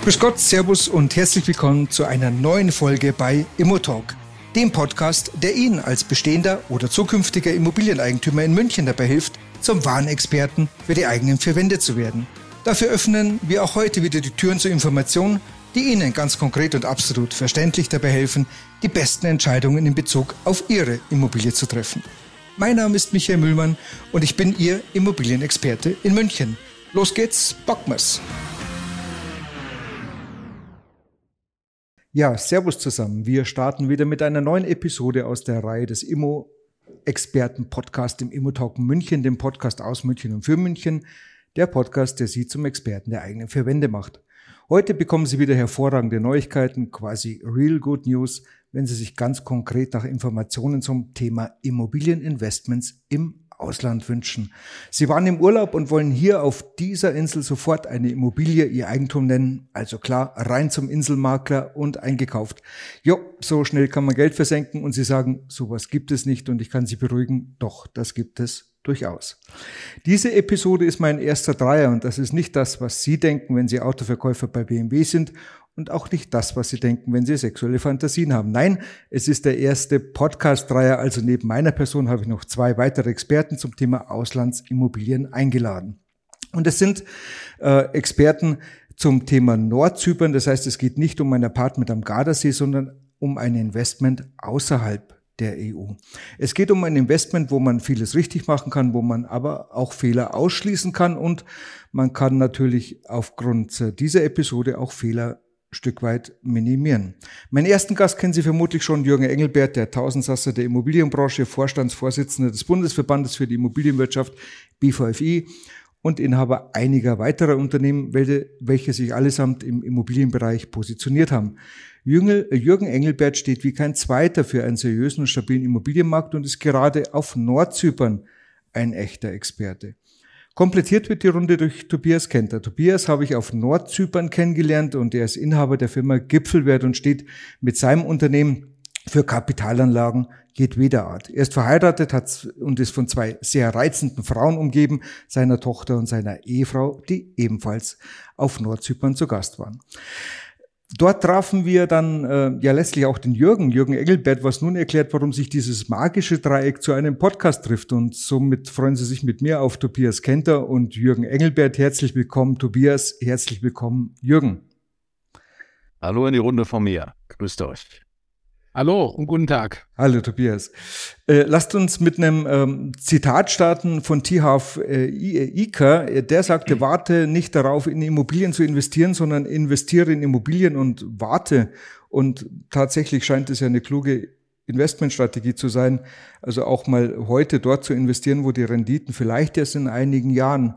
Grüß Gott, Servus und herzlich willkommen zu einer neuen Folge bei ImmoTalk, dem Podcast, der Ihnen als bestehender oder zukünftiger Immobilieneigentümer in München dabei hilft, zum wahren Experten für die eigenen vier Wände zu werden. Dafür öffnen wir auch heute wieder die Türen zur Information, die Ihnen ganz konkret und absolut verständlich dabei helfen, die besten Entscheidungen in Bezug auf Ihre Immobilie zu treffen. Mein Name ist Michael Mühlmann und ich bin Ihr Immobilienexperte in München. Los geht's, bocken wir's! Ja, servus zusammen. Wir starten wieder mit einer neuen Episode aus der Reihe des Immo-Experten-Podcast im ImmoTalk München, dem Podcast aus München und für München, der Podcast, der Sie zum Experten der eigenen vier Wände macht. Heute bekommen Sie wieder hervorragende Neuigkeiten, quasi Real Good News, wenn Sie sich ganz konkret nach Informationen zum Thema Immobilieninvestments im Ausland wünschen. Sie waren im Urlaub und wollen hier auf dieser Insel sofort eine Immobilie Ihr Eigentum nennen. Also klar, rein zum Inselmakler und eingekauft. Jo, so schnell kann man Geld versenken und Sie sagen, sowas gibt es nicht und ich kann Sie beruhigen, doch, das gibt es durchaus. Diese Episode ist mein erster Dreier und das ist nicht das, was Sie denken, wenn Sie Autoverkäufer bei BMW sind und auch nicht das, was Sie denken, wenn Sie sexuelle Fantasien haben. Nein, es ist der erste Podcast-Dreier, also neben meiner Person habe ich noch zwei weitere Experten zum Thema Auslandsimmobilien eingeladen. Und es sind Experten zum Thema Nordzypern, das heißt, es geht nicht um ein Apartment am Gardasee, sondern um ein Investment außerhalb der EU. Es geht um ein Investment, wo man vieles richtig machen kann, wo man aber auch Fehler ausschließen kann und man kann natürlich aufgrund dieser Episode auch Fehler Stück weit minimieren. Meinen ersten Gast kennen Sie vermutlich schon, Jürgen Engelbert, der Tausendsasser der Immobilienbranche, Vorstandsvorsitzender des Bundesverbandes für die Immobilienwirtschaft BVFI und Inhaber einiger weiterer Unternehmen, welche sich allesamt im Immobilienbereich positioniert haben. Jürgen Engelbert steht wie kein zweiter für einen seriösen und stabilen Immobilienmarkt und ist gerade auf Nordzypern ein echter Experte. Komplettiert wird die Runde durch Tobias Kenter. Tobias habe ich auf Nordzypern kennengelernt und er ist Inhaber der Firma Gipfelwert und steht mit seinem Unternehmen für Kapitalanlagen jedweder Art. Er ist verheiratet und ist von zwei sehr reizenden Frauen umgeben, seiner Tochter und seiner Ehefrau, die ebenfalls auf Nordzypern zu Gast waren. Dort trafen wir dann letztlich auch den Jürgen Engelbert, was nun erklärt, warum sich dieses magische Dreieck zu einem Podcast trifft. Und somit freuen Sie sich mit mir auf Tobias Kenter und Jürgen Engelbert. Herzlich willkommen, Tobias. Herzlich willkommen, Jürgen. Hallo in die Runde von mir. Grüßt euch. Hallo und guten Tag. Hallo Tobias. Lasst uns mit einem Zitat starten von T-Half Eker. Der sagte, warte nicht darauf, in Immobilien zu investieren, sondern investiere in Immobilien und warte. Und tatsächlich scheint es ja eine kluge Investmentstrategie zu sein, also auch mal heute dort zu investieren, wo die Renditen vielleicht erst in einigen Jahren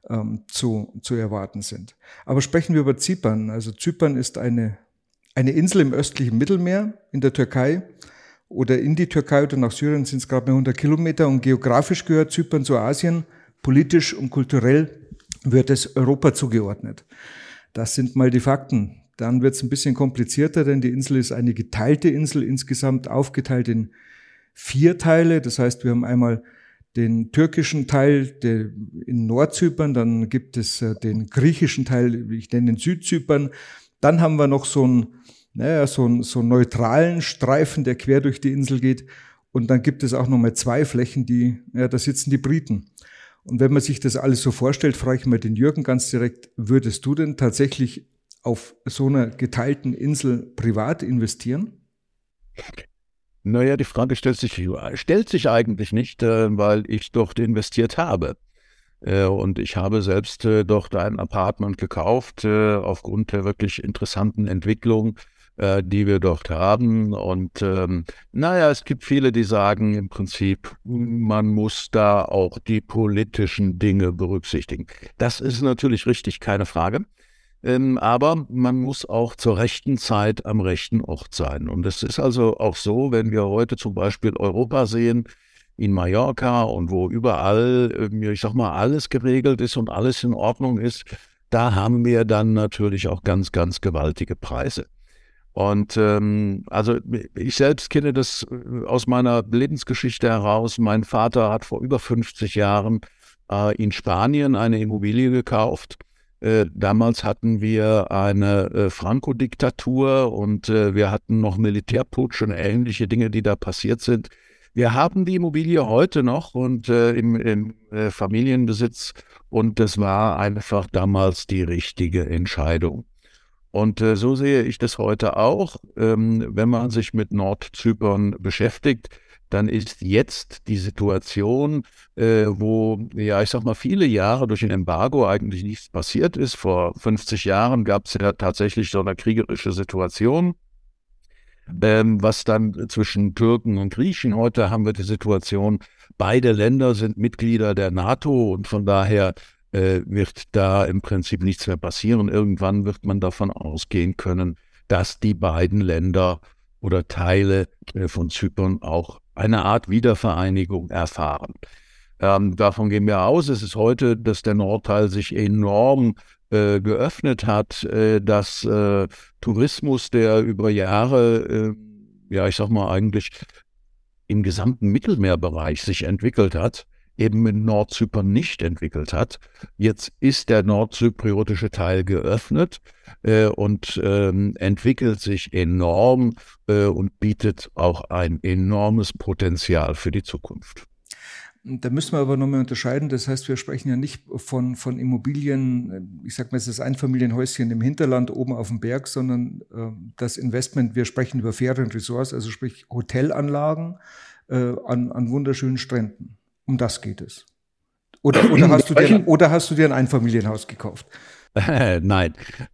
zu erwarten sind. Aber sprechen wir über Zypern. Also Zypern ist eine Insel im östlichen Mittelmeer in der Türkei oder in die Türkei oder nach Syrien sind es gerade mal 100 Kilometer und geografisch gehört Zypern zu Asien, politisch und kulturell wird es Europa zugeordnet. Das sind mal die Fakten. Dann wird es ein bisschen komplizierter, denn die Insel ist eine geteilte Insel, insgesamt aufgeteilt in 4 Teile. Das heißt, wir haben einmal den türkischen Teil in Nordzypern, dann gibt es den griechischen Teil, ich nenne ihn Südzypern. Dann haben wir noch so einen neutralen Streifen, der quer durch die Insel geht. Und dann gibt es auch nochmal 2 Flächen, da sitzen die Briten. Und wenn man sich das alles so vorstellt, frage ich mal den Jürgen ganz direkt, würdest du denn tatsächlich auf so einer geteilten Insel privat investieren? Naja, die Frage stellt sich eigentlich nicht, weil ich dort investiert habe. Und ich habe selbst dort ein Apartment gekauft, aufgrund der wirklich interessanten Entwicklung, die wir dort haben. Und es gibt viele, die sagen im Prinzip, man muss da auch die politischen Dinge berücksichtigen. Das ist natürlich richtig, keine Frage. Aber man muss auch zur rechten Zeit am rechten Ort sein. Und es ist also auch so, wenn wir heute zum Beispiel Europa sehen, in Mallorca und wo überall, ich sag mal, alles geregelt ist und alles in Ordnung ist, da haben wir dann natürlich auch ganz, ganz gewaltige Preise. Und also ich selbst kenne das aus meiner Lebensgeschichte heraus. Mein Vater hat vor über 50 Jahren in Spanien eine Immobilie gekauft. Damals hatten wir eine Franco-Diktatur und wir hatten noch Militärputsch und ähnliche Dinge, die da passiert sind. Wir haben die Immobilie heute noch und im Familienbesitz, und das war einfach damals die richtige Entscheidung. Und so sehe ich das heute auch. Wenn man sich mit Nordzypern beschäftigt, dann ist jetzt die Situation, wo, ja, ich sag mal, viele Jahre durch ein Embargo eigentlich nichts passiert ist. Vor 50 Jahren gab es ja tatsächlich so eine kriegerische Situation, was dann zwischen Türken und Griechen. Heute haben wir die Situation, beide Länder sind Mitglieder der NATO und von daher wird da im Prinzip nichts mehr passieren. Irgendwann wird man davon ausgehen können, dass die beiden Länder oder Teile von Zypern auch eine Art Wiedervereinigung erfahren. Davon gehen wir aus. Es ist heute, dass der Nordteil sich enorm geöffnet hat, dass Tourismus, der über Jahre, ja, ich sag mal, eigentlich im gesamten Mittelmeerbereich sich entwickelt hat, eben in Nordzypern nicht entwickelt hat. Jetzt ist der nordzypriotische Teil geöffnet und entwickelt sich enorm und bietet auch ein enormes Potenzial für die Zukunft. Da müssen wir aber nochmal unterscheiden. Das heißt, wir sprechen ja nicht von Immobilien, ich sag mal, es ist ein Einfamilienhäuschen im Hinterland oben auf dem Berg, sondern das Investment, wir sprechen über Ferienresorts, also sprich Hotelanlagen an wunderschönen Stränden. Um das geht es. Oder hast du dir ein Einfamilienhaus gekauft? Nein,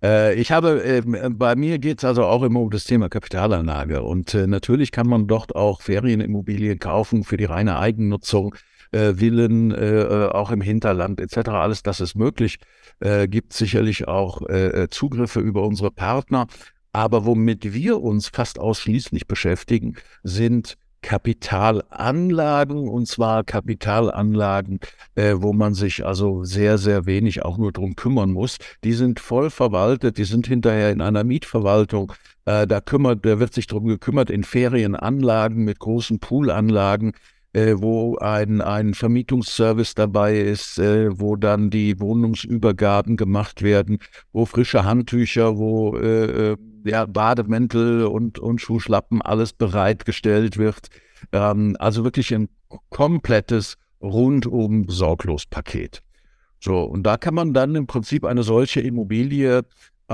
bei mir geht es also auch immer um das Thema Kapitalanlage und natürlich kann man dort auch Ferienimmobilien kaufen für die reine Eigennutzung, Villen, auch im Hinterland etc. Alles das ist möglich, gibt sicherlich auch Zugriffe über unsere Partner, aber womit wir uns fast ausschließlich beschäftigen, sind Kapitalanlagen, und zwar Kapitalanlagen, wo man sich also sehr, sehr wenig auch nur drum kümmern muss. Die sind voll verwaltet, die sind hinterher in einer Mietverwaltung. Da wird sich drum gekümmert in Ferienanlagen mit großen Poolanlagen, wo ein Vermietungsservice dabei ist, wo dann die Wohnungsübergaben gemacht werden, wo frische Handtücher, wo Bademäntel und Schuhschlappen, alles bereitgestellt wird. Also wirklich ein komplettes rundum sorglos Paket. So, und da kann man dann im Prinzip eine solche Immobilie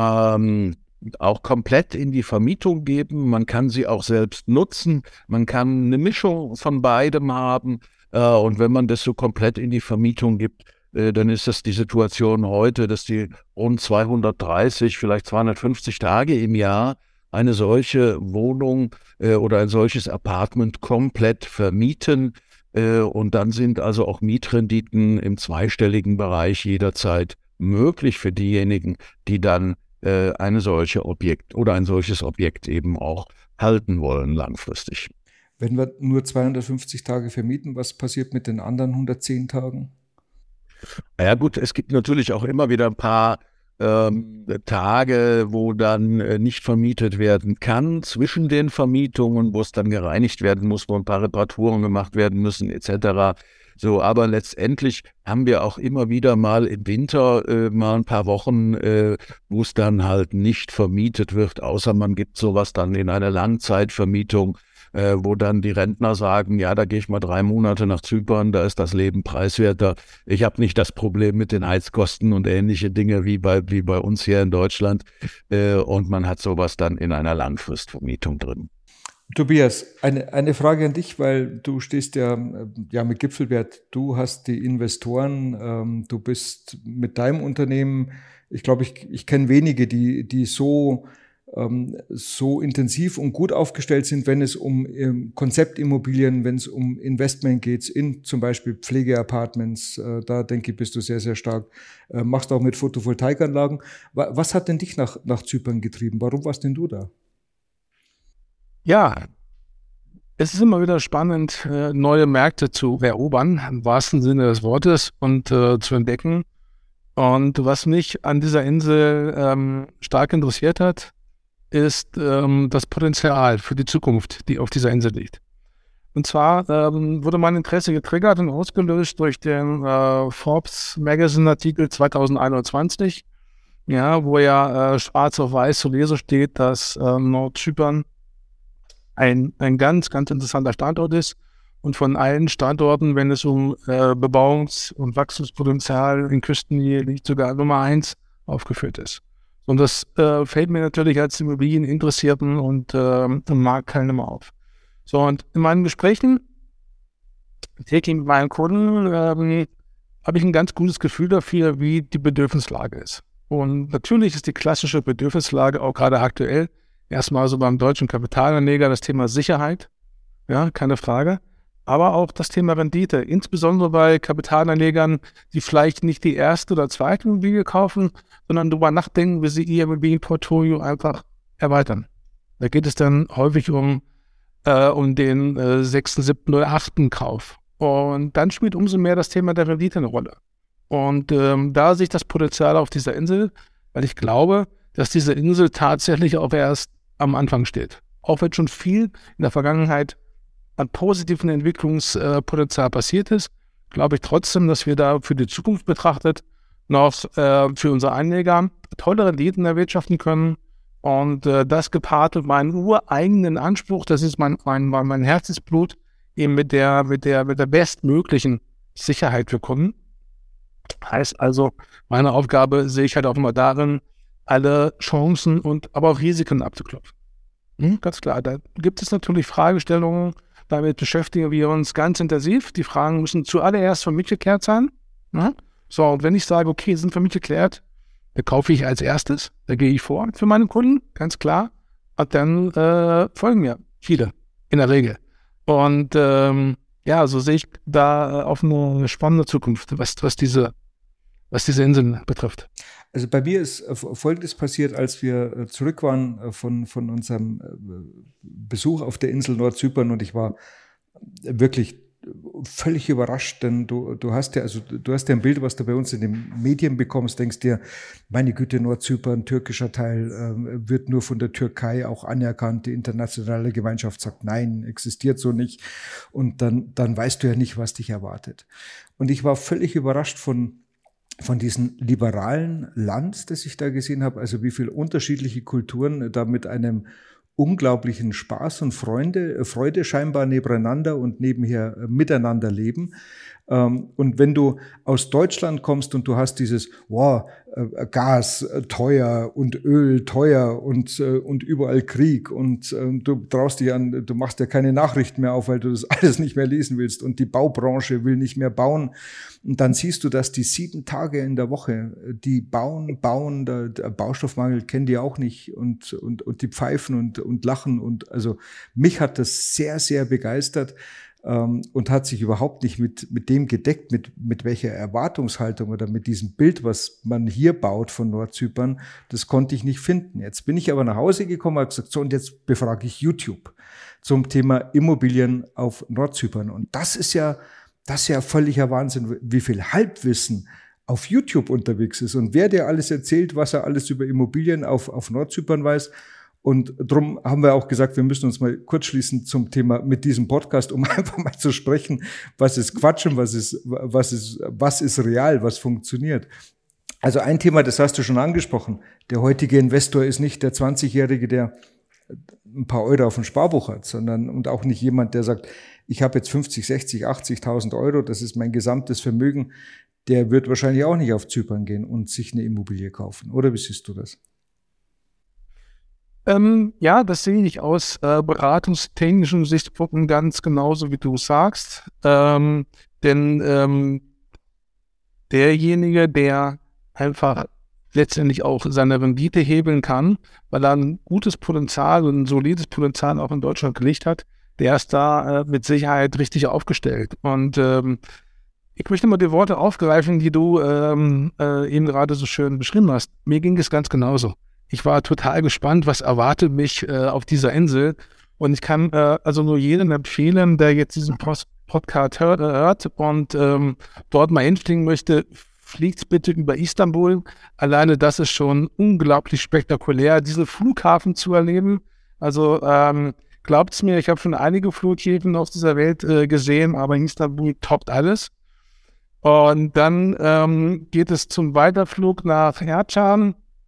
auch komplett in die Vermietung geben. Man kann sie auch selbst nutzen. Man kann eine Mischung von beidem haben. Und wenn man das so komplett in die Vermietung gibt, dann ist das die Situation heute, dass die rund 230, vielleicht 250 Tage im Jahr eine solche Wohnung oder ein solches Apartment komplett vermieten. Und dann sind also auch Mietrenditen im zweistelligen Bereich jederzeit möglich für diejenigen, die dann ein solches Objekt eben auch halten wollen langfristig. Wenn wir nur 250 Tage vermieten, was passiert mit den anderen 110 Tagen? Ja gut, es gibt natürlich auch immer wieder ein paar Tage, wo dann nicht vermietet werden kann, zwischen den Vermietungen, wo es dann gereinigt werden muss, wo ein paar Reparaturen gemacht werden müssen etc. So, aber letztendlich haben wir auch immer wieder mal im Winter mal ein paar Wochen, wo es dann halt nicht vermietet wird, außer man gibt sowas dann in eine Langzeitvermietung, wo dann die Rentner sagen, ja, da gehe ich mal 3 Monate nach Zypern, da ist das Leben preiswerter. Ich habe nicht das Problem mit den Heizkosten und ähnliche Dinge wie bei uns hier in Deutschland. Und man hat sowas dann in einer Langfristvermietung drin. Tobias, eine Frage an dich, weil du stehst ja mit Gipfelwert, du hast die Investoren, du bist mit deinem Unternehmen, ich glaube, ich kenne wenige, die so intensiv und gut aufgestellt sind, wenn es um Konzeptimmobilien, wenn es um Investment geht, in zum Beispiel Pflegeapartments, da denke ich, bist du sehr, sehr stark, machst auch mit Photovoltaikanlagen. Was hat denn dich nach Zypern getrieben? Warum warst denn du da? Ja, es ist immer wieder spannend, neue Märkte zu erobern, im wahrsten Sinne des Wortes, und zu entdecken. Und was mich an dieser Insel stark interessiert hat, ist das Potenzial für die Zukunft, die auf dieser Insel liegt. Und zwar wurde mein Interesse getriggert und ausgelöst durch den Forbes Magazine Artikel 2021, ja, wo ja schwarz auf weiß zu lesen steht, dass Nordzypern ein ganz, ganz interessanter Standort ist und von allen Standorten, wenn es um Bebauungs- und Wachstumspotenzial in Küstennähe liegt, sogar Nummer 1 aufgeführt ist. Und das fällt mir natürlich als Immobilieninteressierten und Marktteilnehmer auf. So, und in meinen Gesprächen täglich mit meinen Kunden habe ich ein ganz gutes Gefühl dafür, wie die Bedürfnislage ist. Und natürlich ist die klassische Bedürfnislage auch gerade aktuell erstmal so beim deutschen Kapitalanleger das Thema Sicherheit, ja, keine Frage, aber auch das Thema Rendite, insbesondere bei Kapitalanlegern, die vielleicht nicht die erste oder zweite Immobilie kaufen, sondern darüber nachdenken, wie sie ihr Immobilienportfolio einfach erweitern. Da geht es dann häufig um den 6., 7. oder 8. Kauf. Und dann spielt umso mehr das Thema der Rendite eine Rolle. Und da sehe ich das Potenzial auf dieser Insel, weil ich glaube, dass diese Insel tatsächlich auch erst am Anfang steht. Auch wenn schon viel in der Vergangenheit an positiven Entwicklungspotenzial passiert ist, glaube ich trotzdem, dass wir da für die Zukunft betrachtet noch für unsere Anleger tolle Renditen erwirtschaften können. Und das gepaart mit meinem ureigenen Anspruch, das ist mein Herzensblut, eben mit der bestmöglichen Sicherheit für Kunden. Heißt also, meine Aufgabe sehe ich halt auch immer darin, alle Chancen und aber auch Risiken abzuklopfen. Ganz klar, da gibt es natürlich Fragestellungen, damit beschäftigen wir uns ganz intensiv. Die Fragen müssen zuallererst für mich geklärt sein. So, und wenn ich sage, okay, sind für mich geklärt, da kaufe ich als erstes, da gehe ich vor für meine Kunden, ganz klar. Und dann folgen mir viele, in der Regel. Und so sehe ich da auf eine spannende Zukunft, was diese Inseln betrifft. Also bei mir ist Folgendes passiert, als wir zurück waren von unserem Besuch auf der Insel Nordzypern, und ich war wirklich völlig überrascht, denn du hast ja ein Bild, was du bei uns in den Medien bekommst, denkst dir, meine Güte, Nordzypern, türkischer Teil, wird nur von der Türkei auch anerkannt, die internationale Gemeinschaft sagt, nein, existiert so nicht, und dann weißt du ja nicht, was dich erwartet. Und ich war völlig überrascht von diesem liberalen Land, das ich da gesehen habe, also wie viele unterschiedliche Kulturen da mit einem unglaublichen Spaß und Freude scheinbar nebeneinander und nebenher miteinander leben. Und wenn du aus Deutschland kommst und du hast dieses, Gas teuer und Öl teuer und überall Krieg und du traust dich an, du machst ja keine Nachrichten mehr auf, weil du das alles nicht mehr lesen willst, und die Baubranche will nicht mehr bauen. Und dann siehst du, dass die 7 Tage in der Woche, die bauen, der Baustoffmangel kennen die auch nicht, und die pfeifen und lachen, und also mich hat das sehr, sehr begeistert. Und hat sich überhaupt nicht mit dem gedeckt, mit welcher Erwartungshaltung oder mit diesem Bild, was man hier baut von Nordzypern, das konnte ich nicht finden. Jetzt bin ich aber nach Hause gekommen und habe gesagt, so, und jetzt befrage ich YouTube zum Thema Immobilien auf Nordzypern. Und das ist ja völliger Wahnsinn, wie viel Halbwissen auf YouTube unterwegs ist und wer dir alles erzählt, was er alles über Immobilien auf Nordzypern weiß. Und darum haben wir auch gesagt, wir müssen uns mal kurz schließen zum Thema mit diesem Podcast, um einfach mal zu sprechen, was ist Quatsch und was ist real, was funktioniert. Also ein Thema, das hast du schon angesprochen. Der heutige Investor ist nicht der 20-Jährige, der ein paar Euro auf dem Sparbuch hat, und auch nicht jemand, der sagt, ich habe jetzt 50, 60, 80.000 Euro, das ist mein gesamtes Vermögen. Der wird wahrscheinlich auch nicht auf Zypern gehen und sich eine Immobilie kaufen. Oder wie siehst du das? Das sehe ich aus beratungstechnischen Sichtpunkten ganz genauso, wie du sagst. Denn derjenige, der einfach letztendlich auch seine Rendite hebeln kann, weil er ein gutes Potenzial und ein solides Potenzial auch in Deutschland gelegt hat, der ist da mit Sicherheit richtig aufgestellt. Und ich möchte mal die Worte aufgreifen, die du eben gerade so schön beschrieben hast. Mir ging es ganz genauso. Ich war total gespannt, was erwartet mich auf dieser Insel. Und ich kann also nur jedem empfehlen, der jetzt diesen Podcast hört und dort mal hinfliegen möchte, fliegt bitte über Istanbul. Alleine das ist schon unglaublich spektakulär, diesen Flughafen zu erleben. Also glaubt's mir, ich habe schon einige Flughäfen auf dieser Welt gesehen, aber Istanbul toppt alles. Und dann geht es zum Weiterflug nach Ercan.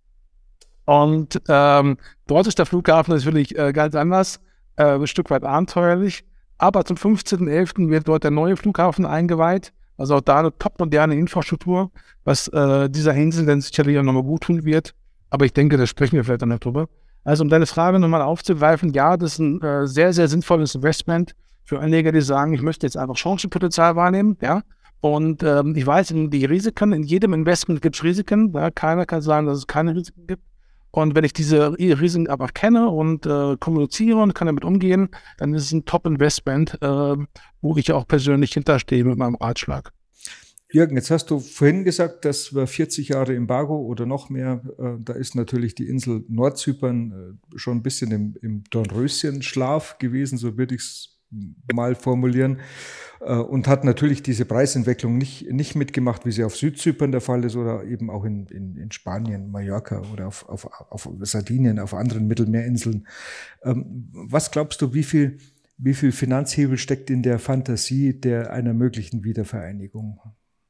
Und dort ist der Flughafen natürlich ganz anders, ein Stück weit abenteuerlich. Aber zum 15.11. wird dort der neue Flughafen eingeweiht. Also auch da eine topmoderne Infrastruktur, was dieser Insel dann sicherlich auch nochmal gut tun wird. Aber ich denke, da sprechen wir vielleicht dann noch drüber. Also um deine Frage nochmal aufzugreifen, ja, das ist ein sehr, sehr sinnvolles Investment für Anleger, die sagen, ich möchte jetzt einfach Chancenpotenzial wahrnehmen, ja. Und ich weiß, die Risiken, in jedem Investment gibt es Risiken. Ja? Keiner kann sagen, dass es keine Risiken gibt. Und wenn ich diese Risiken aber kenne und kommuniziere und kann damit umgehen, dann ist es ein Top-Investment, wo ich auch persönlich hinterstehe mit meinem Ratschlag. Jürgen, jetzt hast du vorhin gesagt, das war 40 Jahre Embargo oder noch mehr. Da ist natürlich die Insel Nordzypern schon ein bisschen im Dornröschenschlaf gewesen, so würde ich es mal formulieren. Und hat natürlich diese Preisentwicklung nicht mitgemacht, wie sie auf Südzypern der Fall ist oder eben auch in Spanien, Mallorca oder auf Sardinien, auf anderen Mittelmeerinseln. Was glaubst du, wie viel Finanzhebel steckt in der Fantasie einer möglichen Wiedervereinigung?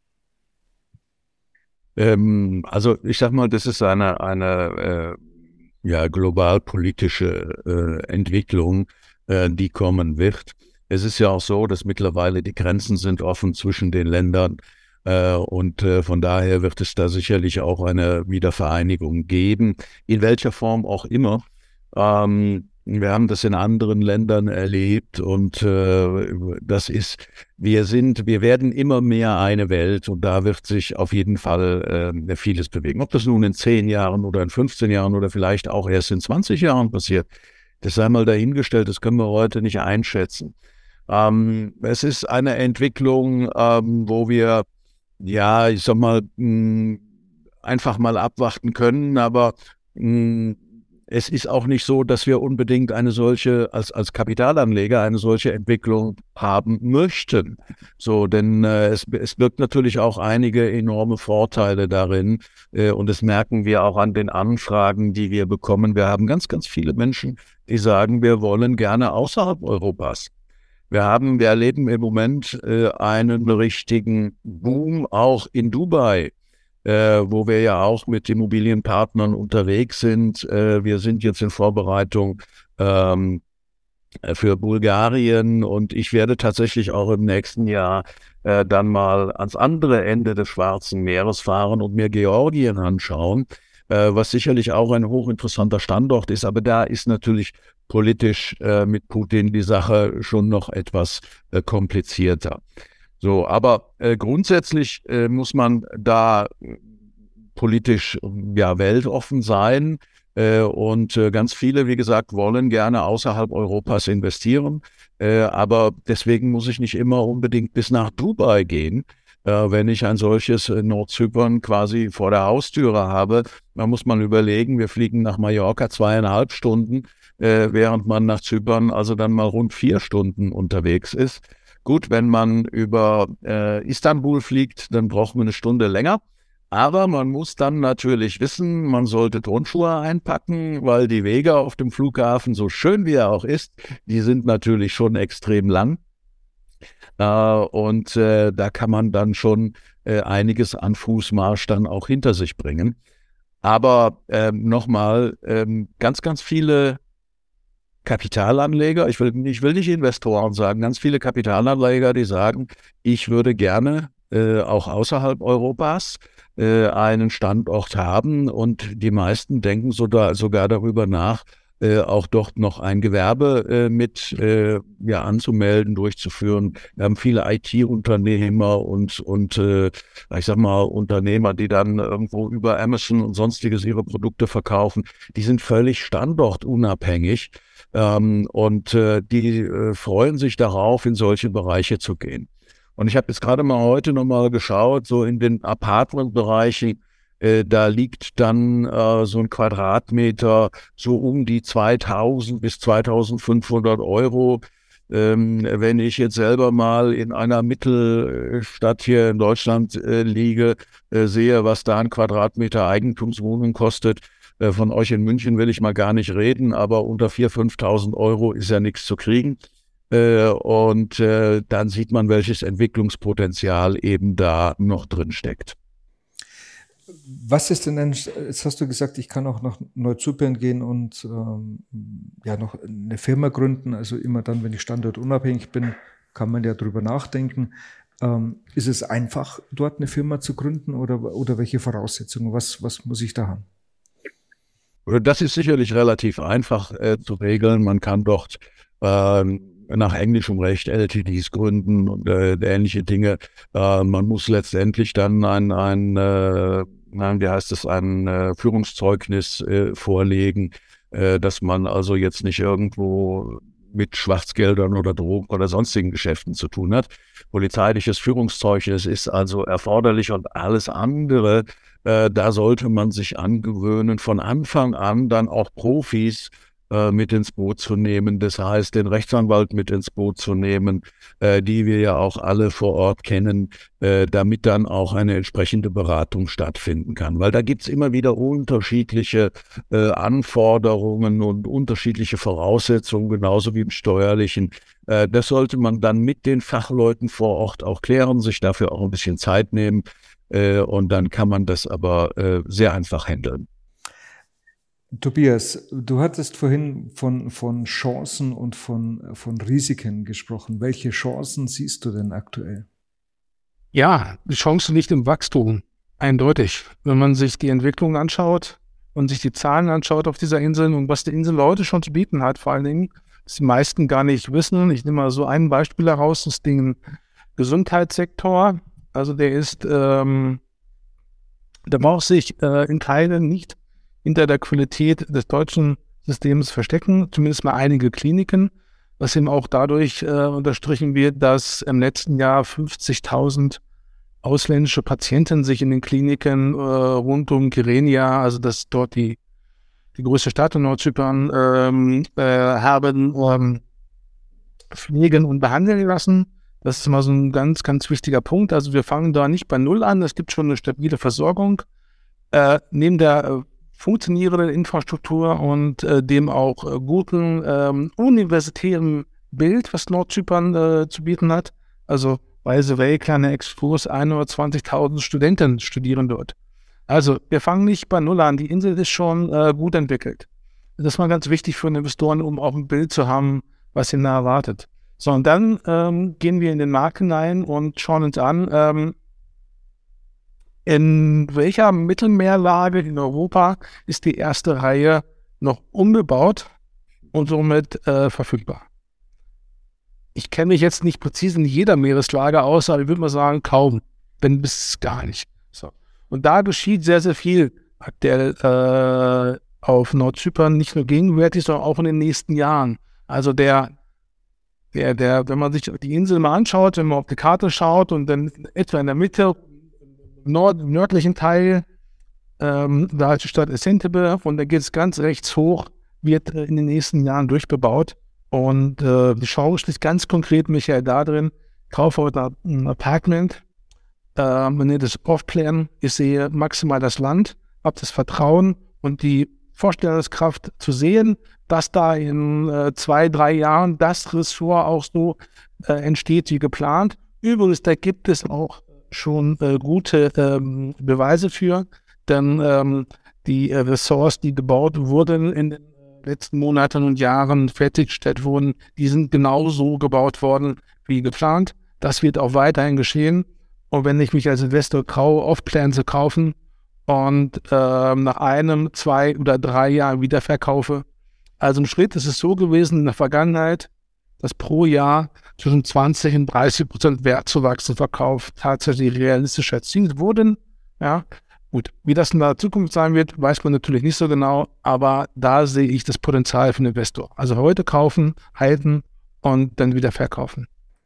Also ich sag mal, das ist eine globalpolitische Entwicklung, die kommen wird. Es ist ja auch so, dass mittlerweile die Grenzen sind offen zwischen den Ländern und von daher wird es da sicherlich auch eine Wiedervereinigung geben, in welcher Form auch immer. Wir haben das in anderen Ländern erlebt und wir werden immer mehr eine Welt und da wird sich auf jeden Fall vieles bewegen. Ob das nun in 10 Jahren oder in 15 Jahren oder vielleicht auch erst in 20 Jahren passiert, das sei mal dahingestellt, das können wir heute nicht einschätzen. Es ist eine Entwicklung, wo wir, ja, ich sag mal, einfach mal abwarten können, aber es ist auch nicht so, dass wir unbedingt eine solche, als Kapitalanleger eine solche Entwicklung haben möchten. So, denn es birgt natürlich auch einige enorme Vorteile darin und das merken wir auch an den Anfragen, die wir bekommen. Wir haben ganz, ganz viele Menschen, die sagen, wir wollen gerne außerhalb Europas. Wir erleben im Moment einen richtigen Boom auch in Dubai, wo wir ja auch mit Immobilienpartnern unterwegs sind. Wir sind jetzt in Vorbereitung für Bulgarien und ich werde tatsächlich auch im nächsten Jahr dann mal ans andere Ende des Schwarzen Meeres fahren und mir Georgien anschauen, was sicherlich auch ein hochinteressanter Standort ist. Aber da ist natürlich politisch mit Putin die Sache schon noch etwas komplizierter. So, aber grundsätzlich muss man da politisch weltoffen sein und ganz viele, wie gesagt, wollen gerne außerhalb Europas investieren, aber deswegen muss ich nicht immer unbedingt bis nach Dubai gehen, wenn ich ein solches Nordzypern quasi vor der Haustüre habe. Da muss man überlegen, wir fliegen nach Mallorca 2,5 Stunden, während man nach Zypern also dann mal rund 4 Stunden unterwegs ist. Gut, wenn man über Istanbul fliegt, dann braucht man eine Stunde länger. Aber man muss dann natürlich wissen, man sollte Turnschuhe einpacken, weil die Wege auf dem Flughafen, so schön wie er auch ist, die sind natürlich schon extrem lang. Und da kann man dann schon einiges an Fußmarsch dann auch hinter sich bringen. Aber nochmal, ganz, ganz viele Kapitalanleger, ich will nicht Investoren sagen, ganz viele Kapitalanleger, die sagen, ich würde gerne auch außerhalb Europas einen Standort haben und die meisten denken sogar darüber nach, auch dort noch ein Gewerbe mit anzumelden, durchzuführen. Wir haben viele IT-Unternehmer und ich sag mal Unternehmer, die dann irgendwo über Amazon und sonstiges ihre Produkte verkaufen. Die sind völlig standortunabhängig und die freuen sich darauf, in solche Bereiche zu gehen. Und ich habe jetzt gerade mal heute nochmal geschaut, so in den Apartmentbereichen, da liegt dann so ein Quadratmeter so um die 2.000 bis 2.500 Euro. Wenn ich jetzt selber mal in einer Mittelstadt hier in Deutschland liege, sehe, was da ein Quadratmeter Eigentumswohnung kostet. Von euch in München will ich mal gar nicht reden, aber unter 4.000, 5.000 Euro ist ja nichts zu kriegen. Und dann sieht man, welches Entwicklungspotenzial eben da noch drin steckt. Was ist denn jetzt hast du gesagt, ich kann auch nach Neuzypern gehen und noch eine Firma gründen. Also immer dann, wenn ich standortunabhängig bin, kann man ja drüber nachdenken. Ist es einfach, dort eine Firma zu gründen oder welche Voraussetzungen? Was muss ich da haben? Das ist sicherlich relativ einfach zu regeln. Man kann dort nach englischem Recht LTDs gründen und ähnliche Dinge. Man muss letztendlich dann ein Führungszeugnis vorlegen, dass man also jetzt nicht irgendwo mit Schwarzgeldern oder Drogen oder sonstigen Geschäften zu tun hat. Polizeiliches Führungszeugnis ist also erforderlich und alles andere, da sollte man sich angewöhnen, von Anfang an dann auch Profis mit ins Boot zu nehmen. Das heißt, den Rechtsanwalt mit ins Boot zu nehmen, die wir ja auch alle vor Ort kennen, damit dann auch eine entsprechende Beratung stattfinden kann. Weil da gibt's immer wieder unterschiedliche Anforderungen und unterschiedliche Voraussetzungen, genauso wie im Steuerlichen. Das sollte man dann mit den Fachleuten vor Ort auch klären, sich dafür auch ein bisschen Zeit nehmen. Und dann kann man das aber sehr einfach handeln. Tobias, du hattest vorhin von Chancen und von Risiken gesprochen. Welche Chancen siehst du denn aktuell? Ja, die Chance liegt im Wachstum, eindeutig. Wenn man sich die Entwicklung anschaut und sich die Zahlen anschaut auf dieser Insel und was die Insel heute schon zu bieten hat, vor allen Dingen, was die meisten gar nicht wissen. Ich nehme mal so ein Beispiel heraus, das ist den Gesundheitssektor. Also der braucht sich in Teilen nicht hinter der Qualität des deutschen Systems verstecken, zumindest mal einige Kliniken, was eben auch dadurch unterstrichen wird, dass im letzten Jahr 50.000 ausländische Patienten sich in den Kliniken rund um Kyrenia, also das ist dort die größte Stadt in Nordzypern, haben pflegen und behandeln lassen. Das ist mal so ein ganz, ganz wichtiger Punkt. Also wir fangen da nicht bei Null an, es gibt schon eine stabile Versorgung. Neben der funktionierenden Infrastruktur und dem auch guten universitären Bild, was Nordzypern zu bieten hat. Also by the way, kleiner Exkurs, 120.000 Studenten studieren dort. Also wir fangen nicht bei Null an, die Insel ist schon gut entwickelt. Das ist mal ganz wichtig für Investoren, um auch ein Bild zu haben, was ihnen da erwartet. So, und dann gehen wir in den Markt hinein und schauen uns an, in welcher Mittelmeerlage in Europa ist die erste Reihe noch unbebaut und somit verfügbar. Ich kenne mich jetzt nicht präzise in jeder Meereslage aus, aber ich würde mal sagen, kaum, wenn bis gar nicht. So. Und da geschieht sehr, sehr viel aktuell auf Nordzypern, nicht nur gegenwärtig, sondern auch in den nächsten Jahren. Also wenn man sich die Insel mal anschaut, wenn man auf die Karte schaut und dann etwa in der Mitte, im nördlichen Teil, da ist die Stadt Esentebe und da geht es ganz rechts hoch, wird in den nächsten Jahren durchbebaut. Und die Chance liegt ganz konkret, Michael, da drin, kaufe heute ein Apartment, man nennt es Off-Plan, ich sehe maximal das Land, habe das Vertrauen und die Vorstellungskraft zu sehen, dass da in 2-3 Jahren das Ressort auch so entsteht wie geplant. Übrigens, da gibt es auch schon gute Beweise für, denn die Ressorts, die gebaut wurden in den letzten Monaten und Jahren fertiggestellt wurden, die sind genauso gebaut worden wie geplant. Das wird auch weiterhin geschehen. Und wenn ich mich als Investor traue, Off-Plan zu kaufen und nach 1, 2 oder 3 Jahren wieder verkaufe, also im Schritt ist es so gewesen in der Vergangenheit, dass pro Jahr zwischen 20% und 30% Wertzuwachs im Verkauf tatsächlich realistisch erzielt wurden. Ja, gut, wie das in der Zukunft sein wird, weiß man natürlich nicht so genau, aber da sehe ich das Potenzial für den Investor. Also heute kaufen, halten und dann wieder verkaufen.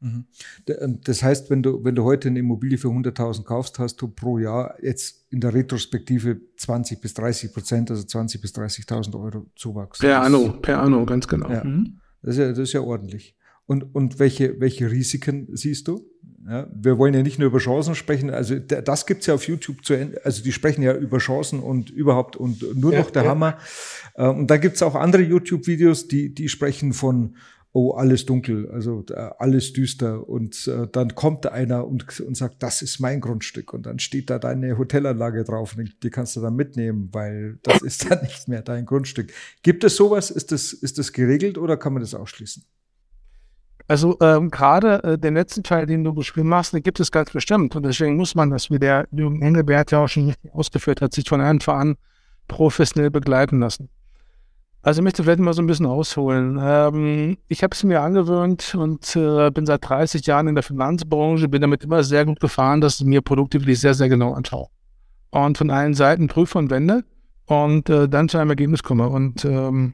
Das heißt, wenn du heute eine Immobilie für 100.000 kaufst, hast du pro Jahr jetzt in der Retrospektive 20% bis 30%, also 20.000 bis 30.000 Euro Zuwachs. Per anno, ganz genau. Ja, das ist ja ordentlich. Und welche Risiken siehst du? Ja, wir wollen ja nicht nur über Chancen sprechen, also das gibt's ja auf YouTube zu Ende, also die sprechen ja über Chancen und überhaupt und nur noch der Hammer. Und da gibt's auch andere YouTube-Videos, die sprechen von oh, alles dunkel, also alles düster und dann kommt einer und sagt, das ist mein Grundstück und dann steht da deine Hotelanlage drauf und die kannst du dann mitnehmen, weil das ist dann nicht mehr dein Grundstück. Gibt es sowas? Ist das geregelt oder kann man das ausschließen? Also gerade den letzten Teil, den du beschrieben hast, den gibt es ganz bestimmt und deswegen muss man das, wie der Jürgen Engelbert ja auch schon richtig ausgeführt hat, sich von Anfang an professionell begleiten lassen. Also ich möchte vielleicht mal so ein bisschen ausholen. Ich habe es mir angewöhnt und bin seit 30 Jahren in der Finanzbranche, bin damit immer sehr gut gefahren, dass ich mir Produkte wirklich sehr, sehr genau anschaue. Und von allen Seiten prüfe und wende und dann zu einem Ergebnis komme. Und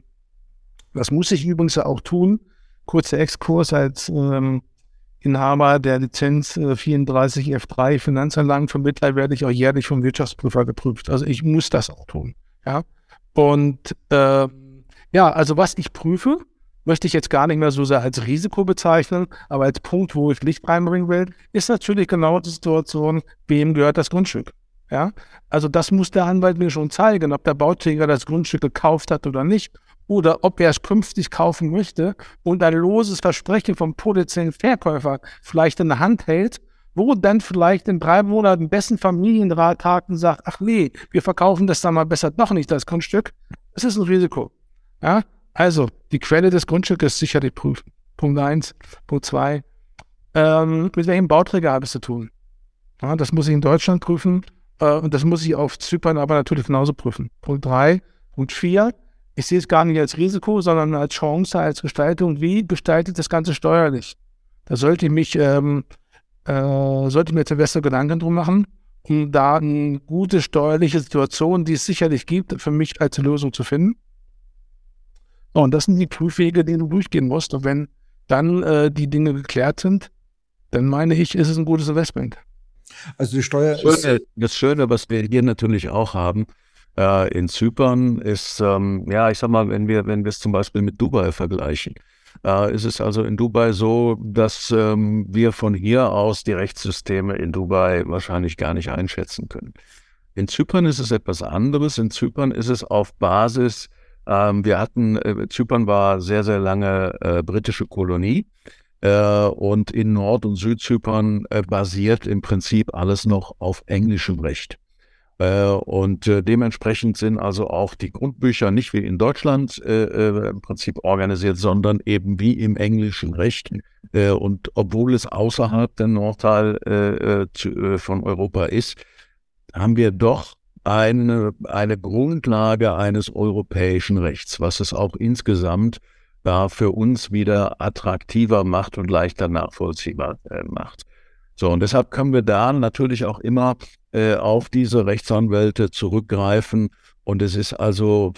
das muss ich übrigens auch tun. Kurzer Exkurs als Inhaber der Lizenz 34F3 Finanzanlagenvermittler werde ich auch jährlich vom Wirtschaftsprüfer geprüft. Also ich muss das auch tun. Ja? Und also was ich prüfe, möchte ich jetzt gar nicht mehr so sehr als Risiko bezeichnen, aber als Punkt, wo ich Licht reinbringen will, ist natürlich genau die Situation, wem gehört das Grundstück. Ja? Also das muss der Anwalt mir schon zeigen, ob der Bauträger das Grundstück gekauft hat oder nicht, oder ob er es künftig kaufen möchte und ein loses Versprechen vom potenziellen Verkäufer vielleicht in der Hand hält, wo dann vielleicht in 3 Monaten dessen Familienrat hakt und sagt, ach nee, wir verkaufen das dann mal besser doch nicht, das Grundstück. Das ist ein Risiko. Ja? Also, die Quelle des Grundstückes sicherlich prüfen. Punkt 1. Punkt 2. Mit welchem Bauträger habe ich zu tun? Ja, das muss ich in Deutschland prüfen und das muss ich auf Zypern aber natürlich genauso prüfen. Punkt 3. Punkt 4. Ich sehe es gar nicht als Risiko, sondern als Chance, als Gestaltung. Wie gestaltet das Ganze steuerlich? Da sollte ich mir jetzt besser Gedanken drum machen, um da eine gute steuerliche Situation, die es sicherlich gibt, für mich als Lösung zu finden. Und das sind die Prüfwege, die du durchgehen musst. Und wenn dann die Dinge geklärt sind, dann meine ich, ist es ein gutes Investment. Also die Steuer Das Schöne, was wir hier natürlich auch haben, in Zypern ist, ich sag mal, wenn wir es zum Beispiel mit Dubai vergleichen, ist es also in Dubai so, dass wir von hier aus die Rechtssysteme in Dubai wahrscheinlich gar nicht einschätzen können. In Zypern ist es etwas anderes. In Zypern ist es auf Basis, Zypern war sehr, sehr lange britische Kolonie und in Nord- und Südzypern basiert im Prinzip alles noch auf englischem Recht. Und dementsprechend sind also auch die Grundbücher nicht wie in Deutschland im Prinzip organisiert, sondern eben wie im englischen Recht. Und obwohl es außerhalb der Nordteil von Europa ist, haben wir doch eine Grundlage eines europäischen Rechts, was es auch insgesamt für uns wieder attraktiver macht und leichter nachvollziehbar macht. So, und deshalb können wir da natürlich auch immer auf diese Rechtsanwälte zurückgreifen. Und es ist also,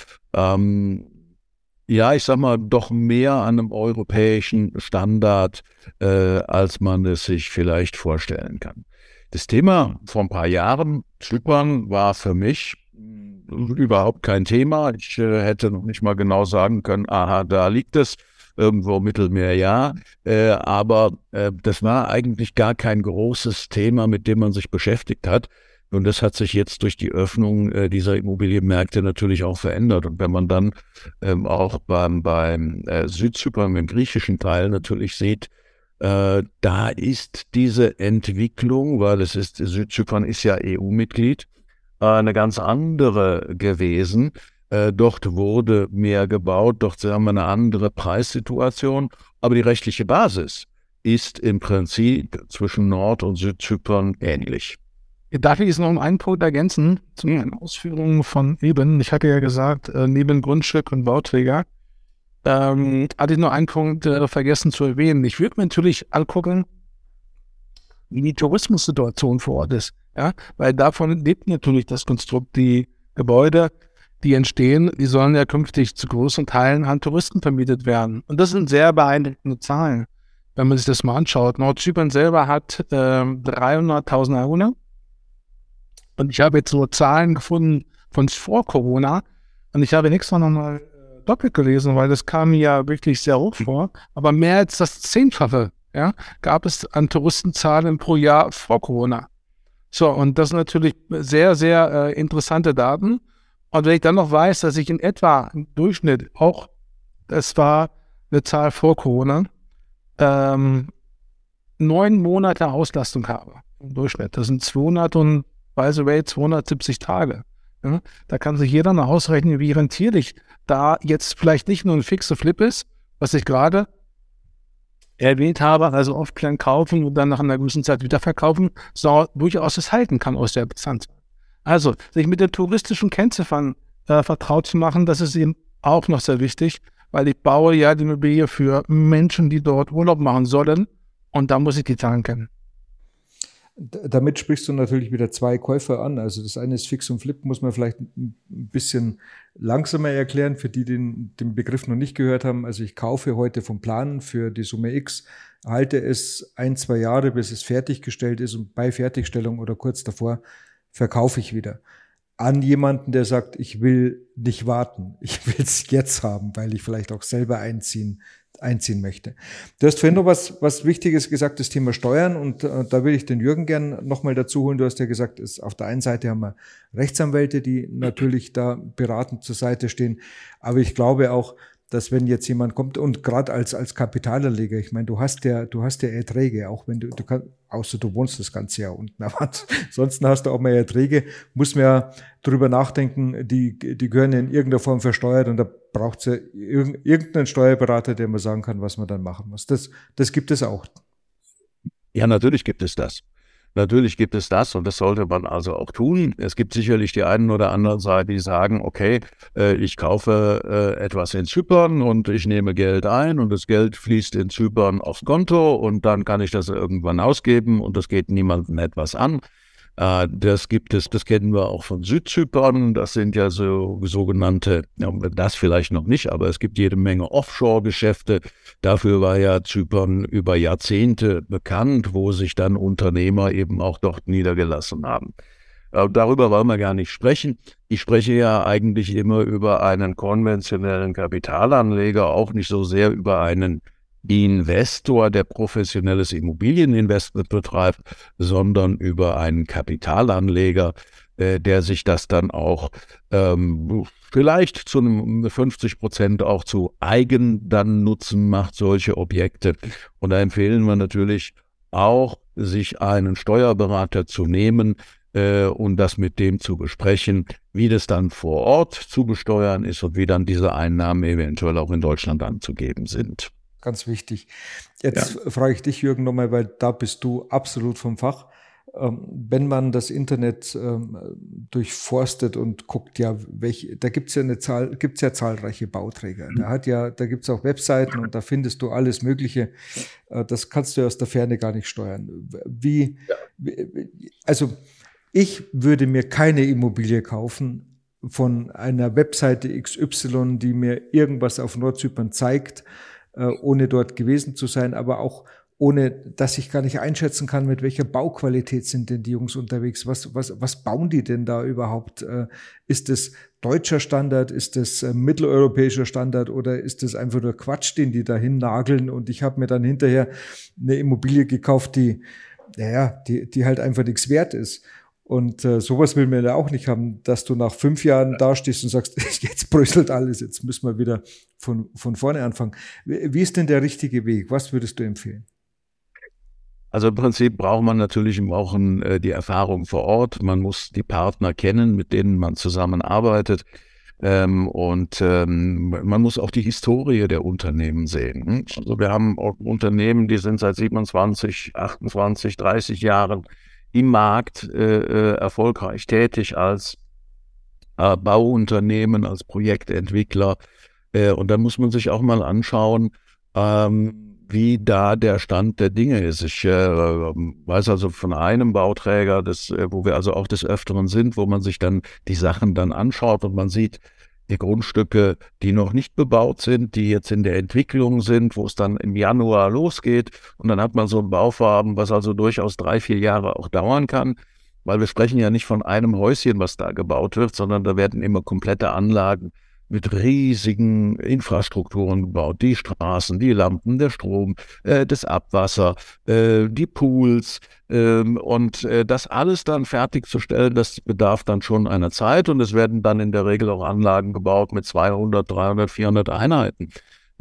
ich sag mal, doch mehr an einem europäischen Standard, als man es sich vielleicht vorstellen kann. Das Thema vor ein paar Jahren, Zypern, war für mich überhaupt kein Thema. Ich hätte noch nicht mal genau sagen können, aha, da liegt es. Irgendwo Mittelmeer, ja, aber das war eigentlich gar kein großes Thema, mit dem man sich beschäftigt hat. Und das hat sich jetzt durch die Öffnung dieser Immobilienmärkte natürlich auch verändert. Und wenn man dann auch beim Südzypern, im griechischen Teil natürlich sieht, da ist diese Entwicklung, weil Südzypern ist ja EU-Mitglied, eine ganz andere gewesen. Dort wurde mehr gebaut, dort haben wir eine andere Preissituation, aber die rechtliche Basis ist im Prinzip zwischen Nord- und Südzypern ähnlich. Darf ich jetzt noch einen Punkt ergänzen zu den Ausführungen von eben? Ich hatte ja gesagt, neben Grundstück und Bauträger hatte ich noch einen Punkt vergessen zu erwähnen. Ich würde mir natürlich angucken, wie die Tourismussituation vor Ort ist, ja, weil davon lebt natürlich das Konstrukt, die Gebäude, die entstehen, die sollen ja künftig zu großen Teilen an Touristen vermietet werden. Und das sind sehr beeindruckende Zahlen, wenn man sich das mal anschaut. Nordzypern selber hat 300.000 Einwohner. Und ich habe jetzt so Zahlen gefunden von vor Corona. Und ich habe extra nochmal doppelt gelesen, weil das kam mir ja wirklich sehr hoch vor. Aber mehr als das 10-fache gab es an Touristenzahlen pro Jahr vor Corona. So, und das sind natürlich sehr, sehr interessante Daten. Und wenn ich dann noch weiß, dass ich in etwa im Durchschnitt auch, das war eine Zahl vor Corona, 9 Monate Auslastung habe im Durchschnitt. Das sind 270 Tage. Ja? Da kann sich jeder noch ausrechnen, wie rentierlich da jetzt vielleicht nicht nur ein fixer Flip ist, was ich gerade erwähnt habe, also oft klein kaufen und dann nach einer gewissen Zeit wieder verkaufen, sondern durchaus es halten kann aus der Bestand. Also, sich mit den touristischen Kennziffern vertraut zu machen, das ist eben auch noch sehr wichtig, weil ich baue ja die Immobilie für Menschen, die dort Urlaub machen sollen, und da muss ich die Zahlen kennen. Damit sprichst du natürlich wieder zwei Käufer an. Also das eine ist Fix und Flip, muss man vielleicht ein bisschen langsamer erklären, für die den Begriff noch nicht gehört haben. Also ich kaufe heute vom Plan für die Summe X, halte es 1-2 Jahre, bis es fertiggestellt ist, und bei Fertigstellung oder kurz davor verkaufe ich wieder an jemanden, der sagt, ich will nicht warten, ich will es jetzt haben, weil ich vielleicht auch selber einziehen möchte. Du hast vorhin noch was Wichtiges gesagt, das Thema Steuern, und da will ich den Jürgen gern nochmal dazu holen. Du hast ja gesagt, auf der einen Seite haben wir Rechtsanwälte, die natürlich da beratend zur Seite stehen, aber ich glaube auch, dass wenn jetzt jemand kommt, und gerade als Kapitalanleger, ich meine, du hast ja Erträge, auch wenn du kannst, außer du wohnst das ganze Jahr unten, aber ansonsten hast du auch mal Erträge, muss man ja drüber nachdenken, die gehören in irgendeiner Form versteuert, und da braucht es ja irgendeinen Steuerberater, der mir sagen kann, was man dann machen muss. Das gibt es auch. Ja, natürlich gibt es das. Natürlich gibt es das, und das sollte man also auch tun. Es gibt sicherlich die einen oder anderen Seite, die sagen, okay, ich kaufe etwas in Zypern und ich nehme Geld ein und das Geld fließt in Zypern aufs Konto und dann kann ich das irgendwann ausgeben und das geht niemandem etwas an. Das gibt es, das kennen wir auch von Südzypern. Das sind ja so sogenannte, das vielleicht noch nicht, aber es gibt jede Menge Offshore-Geschäfte. Dafür war ja Zypern über Jahrzehnte bekannt, wo sich dann Unternehmer eben auch dort niedergelassen haben. Darüber wollen wir gar nicht sprechen. Ich spreche ja eigentlich immer über einen konventionellen Kapitalanleger, auch nicht so sehr über einen Investor, der professionelles Immobilieninvestment betreibt, sondern über einen Kapitalanleger, der sich das dann auch vielleicht zu einem 50% auch zu eigen dann Nutzen macht, solche Objekte. Und da empfehlen wir natürlich auch, sich einen Steuerberater zu nehmen und das mit dem zu besprechen, wie das dann vor Ort zu besteuern ist und wie dann diese Einnahmen eventuell auch in Deutschland anzugeben sind. Ganz wichtig. Jetzt frage ich dich, Jürgen, nochmal, weil da bist du absolut vom Fach. Wenn man das Internet durchforstet und guckt, ja, da gibt's ja zahlreiche Bauträger. Da gibt's auch Webseiten und da findest du alles Mögliche. Das kannst du aus der Ferne gar nicht steuern. Also ich würde mir keine Immobilie kaufen von einer Webseite XY, die mir irgendwas auf Nordzypern zeigt, ohne dort gewesen zu sein, aber auch ohne, dass ich gar nicht einschätzen kann, mit welcher Bauqualität sind denn die Jungs unterwegs, was bauen die denn da überhaupt? Ist es deutscher Standard, ist es mitteleuropäischer Standard oder ist es einfach nur Quatsch, den die dahin nageln, und ich habe mir dann hinterher eine Immobilie gekauft, die halt einfach nichts wert ist. Und sowas will man ja auch nicht haben, dass du nach 5 Jahren dastehst und sagst, jetzt bröselt alles, jetzt müssen wir wieder von vorne anfangen. Wie ist denn der richtige Weg? Was würdest du empfehlen? Also im Prinzip braucht man natürlich die Erfahrung vor Ort. Man muss die Partner kennen, mit denen man zusammenarbeitet. Und man muss auch die Historie der Unternehmen sehen. Also wir haben auch Unternehmen, die sind seit 27, 28, 30 Jahren im Markt erfolgreich tätig als Bauunternehmen, als Projektentwickler. Und dann muss man sich auch mal anschauen, wie da der Stand der Dinge ist. Ich weiß also von einem Bauträger, wo wir also auch des Öfteren sind, wo man sich dann die Sachen dann anschaut und man sieht die Grundstücke, die noch nicht bebaut sind, die jetzt in der Entwicklung sind, wo es dann im Januar losgeht. Und dann hat man so ein Bauvorhaben, was also durchaus 3-4 Jahre auch dauern kann, weil wir sprechen ja nicht von einem Häuschen, was da gebaut wird, sondern da werden immer komplette Anlagen mit riesigen Infrastrukturen gebaut. Die Straßen, die Lampen, der Strom, das Abwasser, die Pools, und das alles dann fertigzustellen, das bedarf dann schon einer Zeit, und es werden dann in der Regel auch Anlagen gebaut mit 200, 300, 400 Einheiten.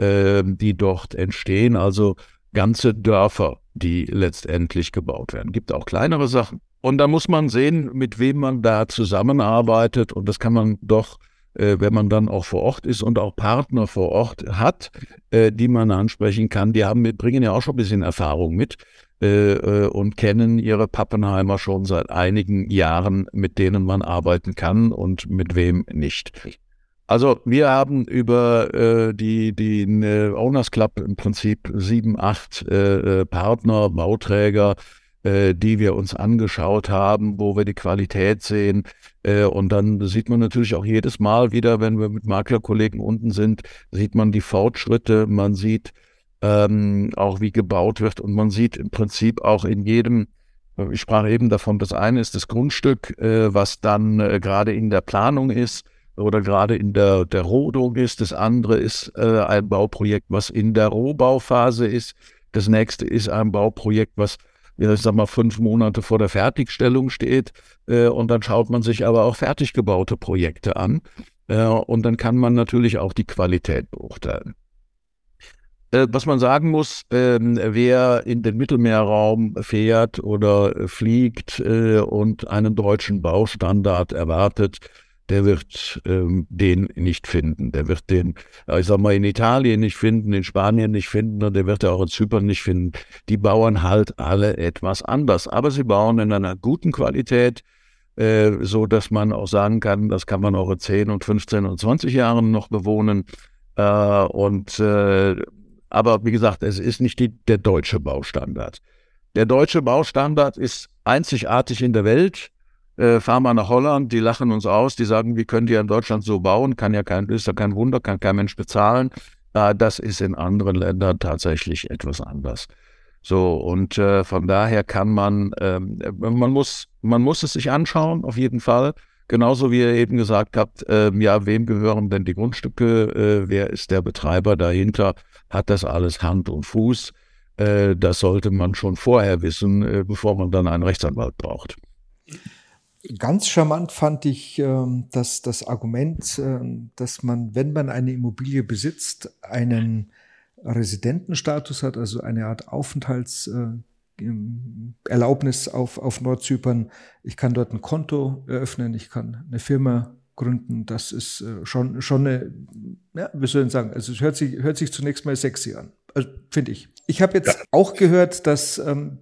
die dort entstehen, also ganze Dörfer, die letztendlich gebaut werden. Gibt auch kleinere Sachen. Und da muss man sehen, mit wem man da zusammenarbeitet. Und das kann man doch, wenn man dann auch vor Ort ist und auch Partner vor Ort hat, die man ansprechen kann. Die bringen ja auch schon ein bisschen Erfahrung mit und kennen ihre Pappenheimer schon seit einigen Jahren, mit denen man arbeiten kann und mit wem nicht. Also wir haben über den Owners Club im Prinzip 7, 8 Partner, Bauträger, die wir uns angeschaut haben, wo wir die Qualität sehen. Und dann sieht man natürlich auch jedes Mal wieder, wenn wir mit Maklerkollegen unten sind, sieht man die Fortschritte, man sieht auch, wie gebaut wird, und man sieht im Prinzip auch in jedem, ich sprach eben davon, das eine ist das Grundstück, was dann gerade in der Planung ist oder gerade in der Rodung ist. Das andere ist ein Bauprojekt, was in der Rohbauphase ist. Das nächste ist ein Bauprojekt, was, ich sag mal, 5 Monate vor der Fertigstellung steht. Und dann schaut man sich aber auch fertig gebaute Projekte an. Und dann kann man natürlich auch die Qualität beurteilen. Was man sagen muss, wer in den Mittelmeerraum fährt oder fliegt und einen deutschen Baustandard erwartet, der wird den nicht finden. Der wird den, ich sag mal, in Italien nicht finden, in Spanien nicht finden, und der wird er auch in Zypern nicht finden. Die bauen halt alle etwas anders. Aber sie bauen in einer guten Qualität, so dass man auch sagen kann, das kann man auch in 10 und 15 und 20 Jahren noch bewohnen. Aber wie gesagt, es ist nicht der deutsche Baustandard. Der deutsche Baustandard ist einzigartig in der Welt. Fahren wir nach Holland, die lachen uns aus, die sagen, wie könnt ihr in Deutschland so bauen? Ist ja kein Wunder, kann kein Mensch bezahlen. Das ist in anderen Ländern tatsächlich etwas anders. So, und von daher kann man muss es sich anschauen, auf jeden Fall. Genauso wie ihr eben gesagt habt, wem gehören denn die Grundstücke? Wer ist der Betreiber dahinter? Hat das alles Hand und Fuß? Das sollte man schon vorher wissen, bevor man dann einen Rechtsanwalt braucht. Ganz charmant fand ich das Argument, dass man, wenn man eine Immobilie besitzt, einen Residentenstatus hat, also eine Art Aufenthaltserlaubnis auf Nordzypern. Ich kann dort ein Konto eröffnen, ich kann eine Firma gründen. Das ist schon eine, ja, wie soll ich sagen, also es hört sich zunächst mal sexy an, also, finde ich. Ich habe jetzt auch gehört, dass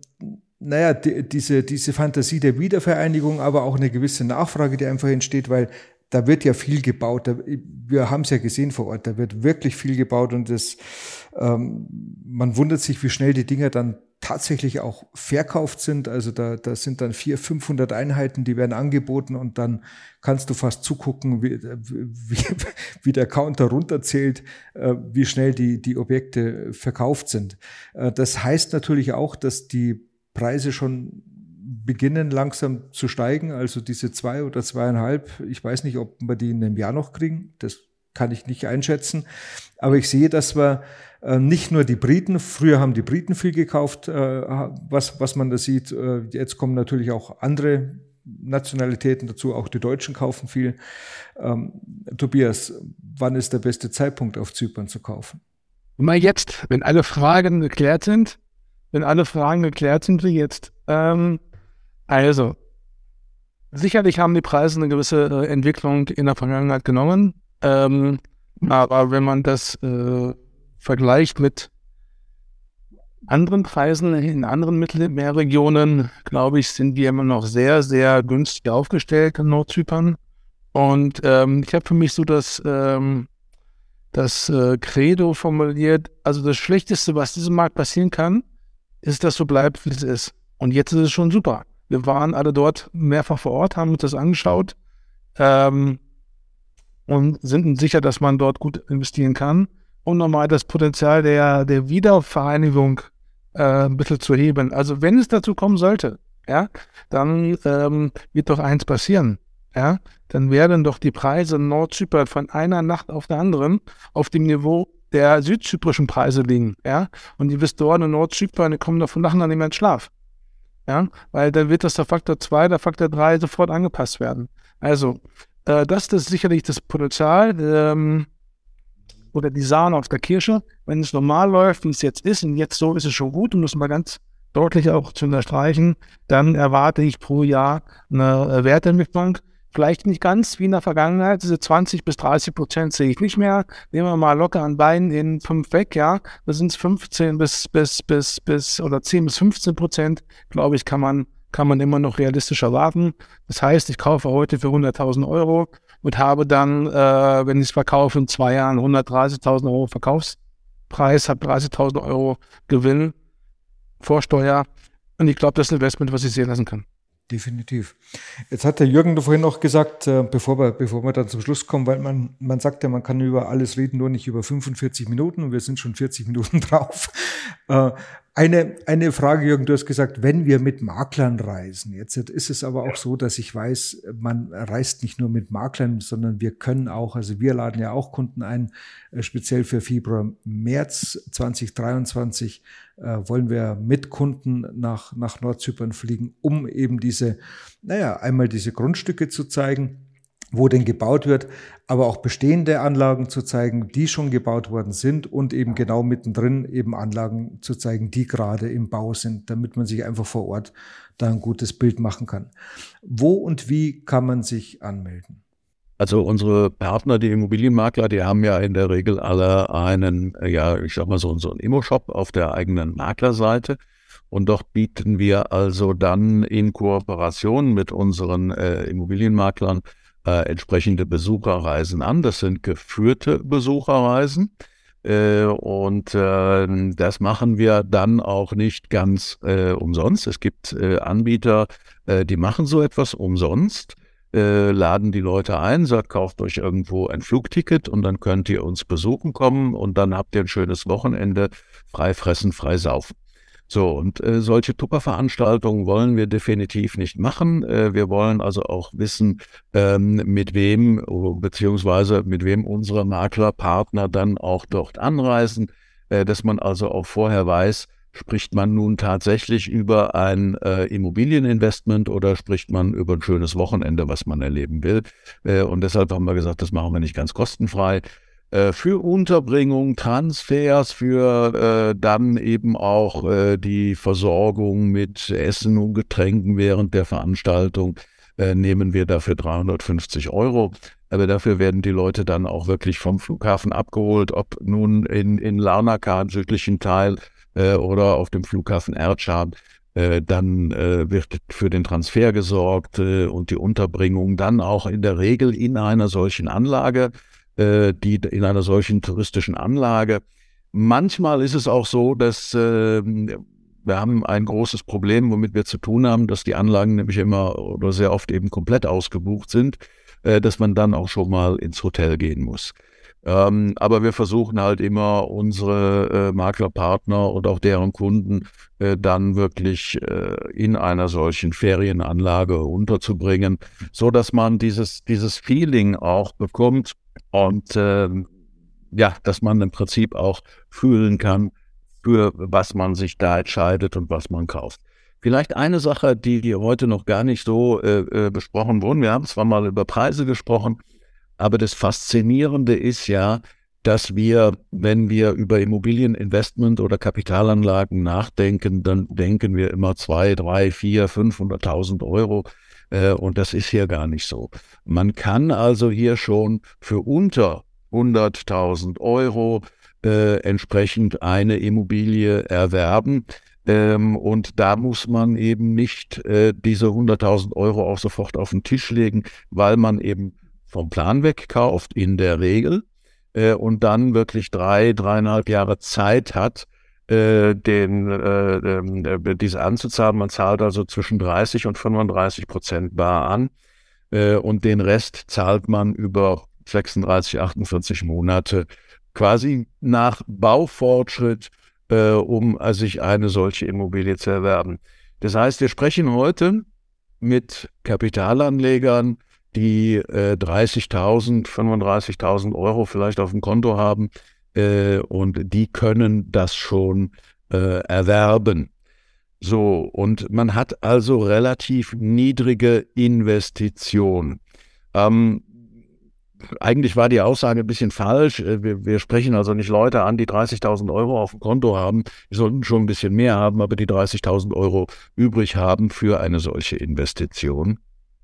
diese Fantasie der Wiedervereinigung, aber auch eine gewisse Nachfrage, die einfach entsteht, weil da wird ja viel gebaut. Wir haben es ja gesehen vor Ort, da wird wirklich viel gebaut, und man wundert sich, wie schnell die Dinger dann tatsächlich auch verkauft sind. Also da sind dann 400, 500 Einheiten, die werden angeboten, und dann kannst du fast zugucken, wie der Counter runterzählt, wie schnell die Objekte verkauft sind. Das heißt natürlich auch, dass die Preise schon beginnen langsam zu steigen, also diese 2 oder 2,5, ich weiß nicht, ob wir die in einem Jahr noch kriegen, das kann ich nicht einschätzen, aber ich sehe, dass wir nicht nur die Briten, früher haben die Briten viel gekauft, was man da sieht, jetzt kommen natürlich auch andere Nationalitäten dazu, auch die Deutschen kaufen viel. Tobias, wann ist der beste Zeitpunkt, auf Zypern zu kaufen? Immer jetzt, wenn alle Fragen geklärt sind. Wie jetzt. Also, sicherlich haben die Preise eine gewisse Entwicklung in der Vergangenheit genommen, aber wenn man das vergleicht mit anderen Preisen in anderen Mittelmeerregionen, glaube ich, sind die immer noch sehr, sehr günstig aufgestellt in Nordzypern. Und ich habe für mich so das Credo formuliert, also das Schlechteste, was diesem Markt passieren kann, ist, dass so bleibt, wie es ist. Und jetzt ist es schon super. Wir waren alle dort mehrfach vor Ort, haben uns das angeschaut und sind sicher, dass man dort gut investieren kann, um nochmal das Potenzial der Wiedervereinigung ein bisschen zu heben. Also wenn es dazu kommen sollte, ja, dann wird doch eins passieren. Ja, dann werden doch die Preise in Nordzypern von einer Nacht auf der anderen auf dem Niveau der südzyprischen Preise liegen, ja, und die Investoren in Nordzypern, die kommen davon nachher nicht mehr in Schlaf, ja, weil dann wird das der Faktor 2, der Faktor 3 sofort angepasst werden. Also, das ist sicherlich das Potenzial. oder die Sahne auf der Kirsche. Wenn es normal läuft, wie es jetzt ist, und jetzt so ist es schon gut, um das mal ganz deutlich auch zu unterstreichen, dann erwarte ich pro Jahr eine Wertentwicklung. Vielleicht nicht ganz wie in der Vergangenheit, diese 20-30% sehe ich nicht mehr. Nehmen wir mal locker an Beinen in 5 weg, ja. Da sind es 15 bis oder 10-15%, glaube ich, kann man immer noch realistisch erwarten. Das heißt, ich kaufe heute für 100.000 Euro und habe dann, wenn ich es verkaufe, in 2 Jahren 130.000 Euro Verkaufspreis, habe 30.000 Euro Gewinn vor Steuer. Und ich glaube, das ist ein Investment, was ich sehen lassen kann. Definitiv. Jetzt hat der Jürgen vorhin noch gesagt, bevor wir dann zum Schluss kommen, weil man sagt ja, man kann über alles reden, nur nicht über 45 Minuten und wir sind schon 40 Minuten drauf. Eine Frage, Jürgen, du hast gesagt, wenn wir mit Maklern reisen. Jetzt ist es aber auch so, dass ich weiß, man reist nicht nur mit Maklern, sondern wir können auch, also wir laden ja auch Kunden ein, speziell für Februar, März 2023 wollen wir mit Kunden nach Nordzypern fliegen, um eben einmal diese Grundstücke zu zeigen, wo denn gebaut wird, aber auch bestehende Anlagen zu zeigen, die schon gebaut worden sind und eben genau mittendrin eben Anlagen zu zeigen, die gerade im Bau sind, damit man sich einfach vor Ort da ein gutes Bild machen kann. Wo und wie kann man sich anmelden? Also unsere Partner, die Immobilienmakler, die haben ja in der Regel alle einen, ich sag mal so einen Immo-Shop auf der eigenen Maklerseite. Und dort bieten wir also dann in Kooperation mit unseren Immobilienmaklern entsprechende Besucherreisen an. Das sind geführte Besucherreisen. Und das machen wir dann auch nicht ganz umsonst. Es gibt Anbieter, die machen so etwas umsonst. Laden die Leute ein, sagt, kauft euch irgendwo ein Flugticket und dann könnt ihr uns besuchen kommen und dann habt ihr ein schönes Wochenende, frei fressen, frei saufen. So, und solche Tupperveranstaltungen wollen wir definitiv nicht machen. Wir wollen also auch wissen, mit wem unsere Maklerpartner dann auch dort anreisen, dass man also auch vorher weiß, spricht man nun tatsächlich über ein Immobilieninvestment oder spricht man über ein schönes Wochenende, was man erleben will? Und deshalb haben wir gesagt, das machen wir nicht ganz kostenfrei. Für Unterbringung, Transfers, für dann eben auch die Versorgung mit Essen und Getränken während der Veranstaltung nehmen wir dafür 350 Euro. Aber dafür werden die Leute dann auch wirklich vom Flughafen abgeholt, ob nun in Larnaca, im südlichen Teil, oder auf dem Flughafen Ercan, dann wird für den Transfer gesorgt und die Unterbringung dann auch in der Regel in einer solchen Anlage, in einer solchen touristischen Anlage. Manchmal ist es auch so, dass wir haben ein großes Problem, womit wir zu tun haben, dass die Anlagen nämlich immer oder sehr oft eben komplett ausgebucht sind, dass man dann auch schon mal ins Hotel gehen muss. Aber wir versuchen halt immer unsere Maklerpartner und auch deren Kunden dann wirklich in einer solchen Ferienanlage unterzubringen, so dass man dieses Feeling auch bekommt und dass man im Prinzip auch fühlen kann, für was man sich da entscheidet und was man kauft. Vielleicht eine Sache, die heute noch gar nicht so besprochen wurde. Wir haben zwar mal über Preise gesprochen, aber das Faszinierende ist ja, dass wir, wenn wir über Immobilieninvestment oder Kapitalanlagen nachdenken, dann denken wir immer 2, 3, 4, 500.000 Euro. Und das ist hier gar nicht so. Man kann also hier schon für unter 100.000 Euro entsprechend eine Immobilie erwerben. Und da muss man eben nicht diese 100.000 Euro auch sofort auf den Tisch legen, weil man eben vom Plan weg kauft, in der Regel, und dann wirklich 3,5 Jahre Zeit hat, diese anzuzahlen. Man zahlt also zwischen 30% und 35% bar an und den Rest zahlt man über 36, 48 Monate quasi nach Baufortschritt, um sich eine solche Immobilie zu erwerben. Das heißt, wir sprechen heute mit Kapitalanlegern, die 30.000, 35.000 Euro vielleicht auf dem Konto haben und die können das schon erwerben. So, und man hat also relativ niedrige Investitionen. eigentlich war die Aussage ein bisschen falsch. Wir sprechen also nicht Leute an, die 30.000 Euro auf dem Konto haben. Die sollten schon ein bisschen mehr haben, aber die 30.000 Euro übrig haben für eine solche Investition.